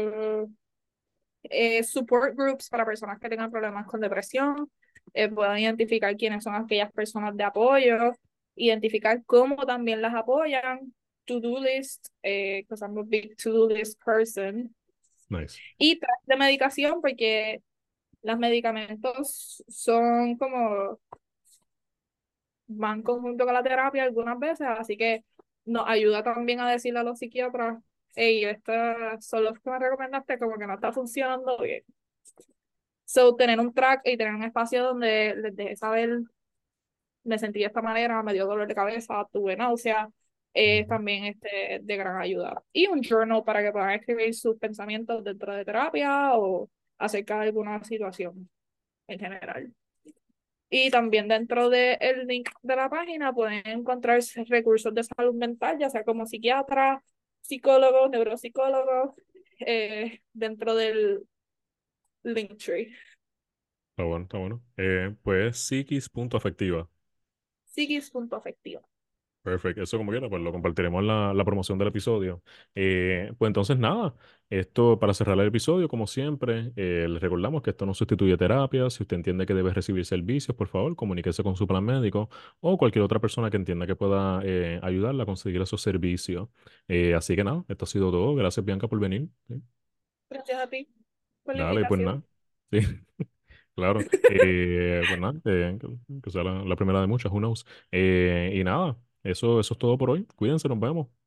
eh, support groups para personas que tengan problemas con depresión, eh, puedan identificar quiénes son aquellas personas de apoyo, identificar cómo también las apoyan, to-do list, eh, because I'm a big to-do list person, Nice. y tras de medicación, porque los medicamentos son como, van conjunto con la terapia algunas veces, así que nos ayuda también a decirle a los psiquiatras, hey, estos son los que me recomendaste, como que no está funcionando bien. So, tener un track y tener un espacio donde les deje saber, me sentí de esta manera, me dio dolor de cabeza, tuve náusea, es Ujú. también este, de gran ayuda. Y un journal para que puedan escribir sus pensamientos dentro de terapia o acerca de alguna situación en general. Y también dentro del link de la página pueden encontrar recursos de salud mental, ya sea como psiquiatra, psicólogos, neuropsicólogos, eh, dentro del link tree. Está bueno, está bueno. Eh, pues psiquis.afectiva. Psiquis.afectiva. Perfecto, eso como quiera, pues lo compartiremos en la, la promoción del episodio. Eh, pues entonces nada, esto para cerrar el episodio, como siempre, eh, les recordamos que esto no sustituye terapia. Si usted entiende que debe recibir servicios, por favor, comuníquese con su plan médico o cualquier otra persona que entienda que pueda eh, ayudarla a conseguir esos servicios. Eh, así que nada, esto ha sido todo. Gracias, Bianca, por venir. Sí. Gracias a ti por la Dale, pues invitación. nada. Sí. Claro. Eh, pues nada, eh, que, que sea la, la primera de muchas, who knows. Eh, y nada, eso, eso es todo por hoy. Cuídense, nos vemos.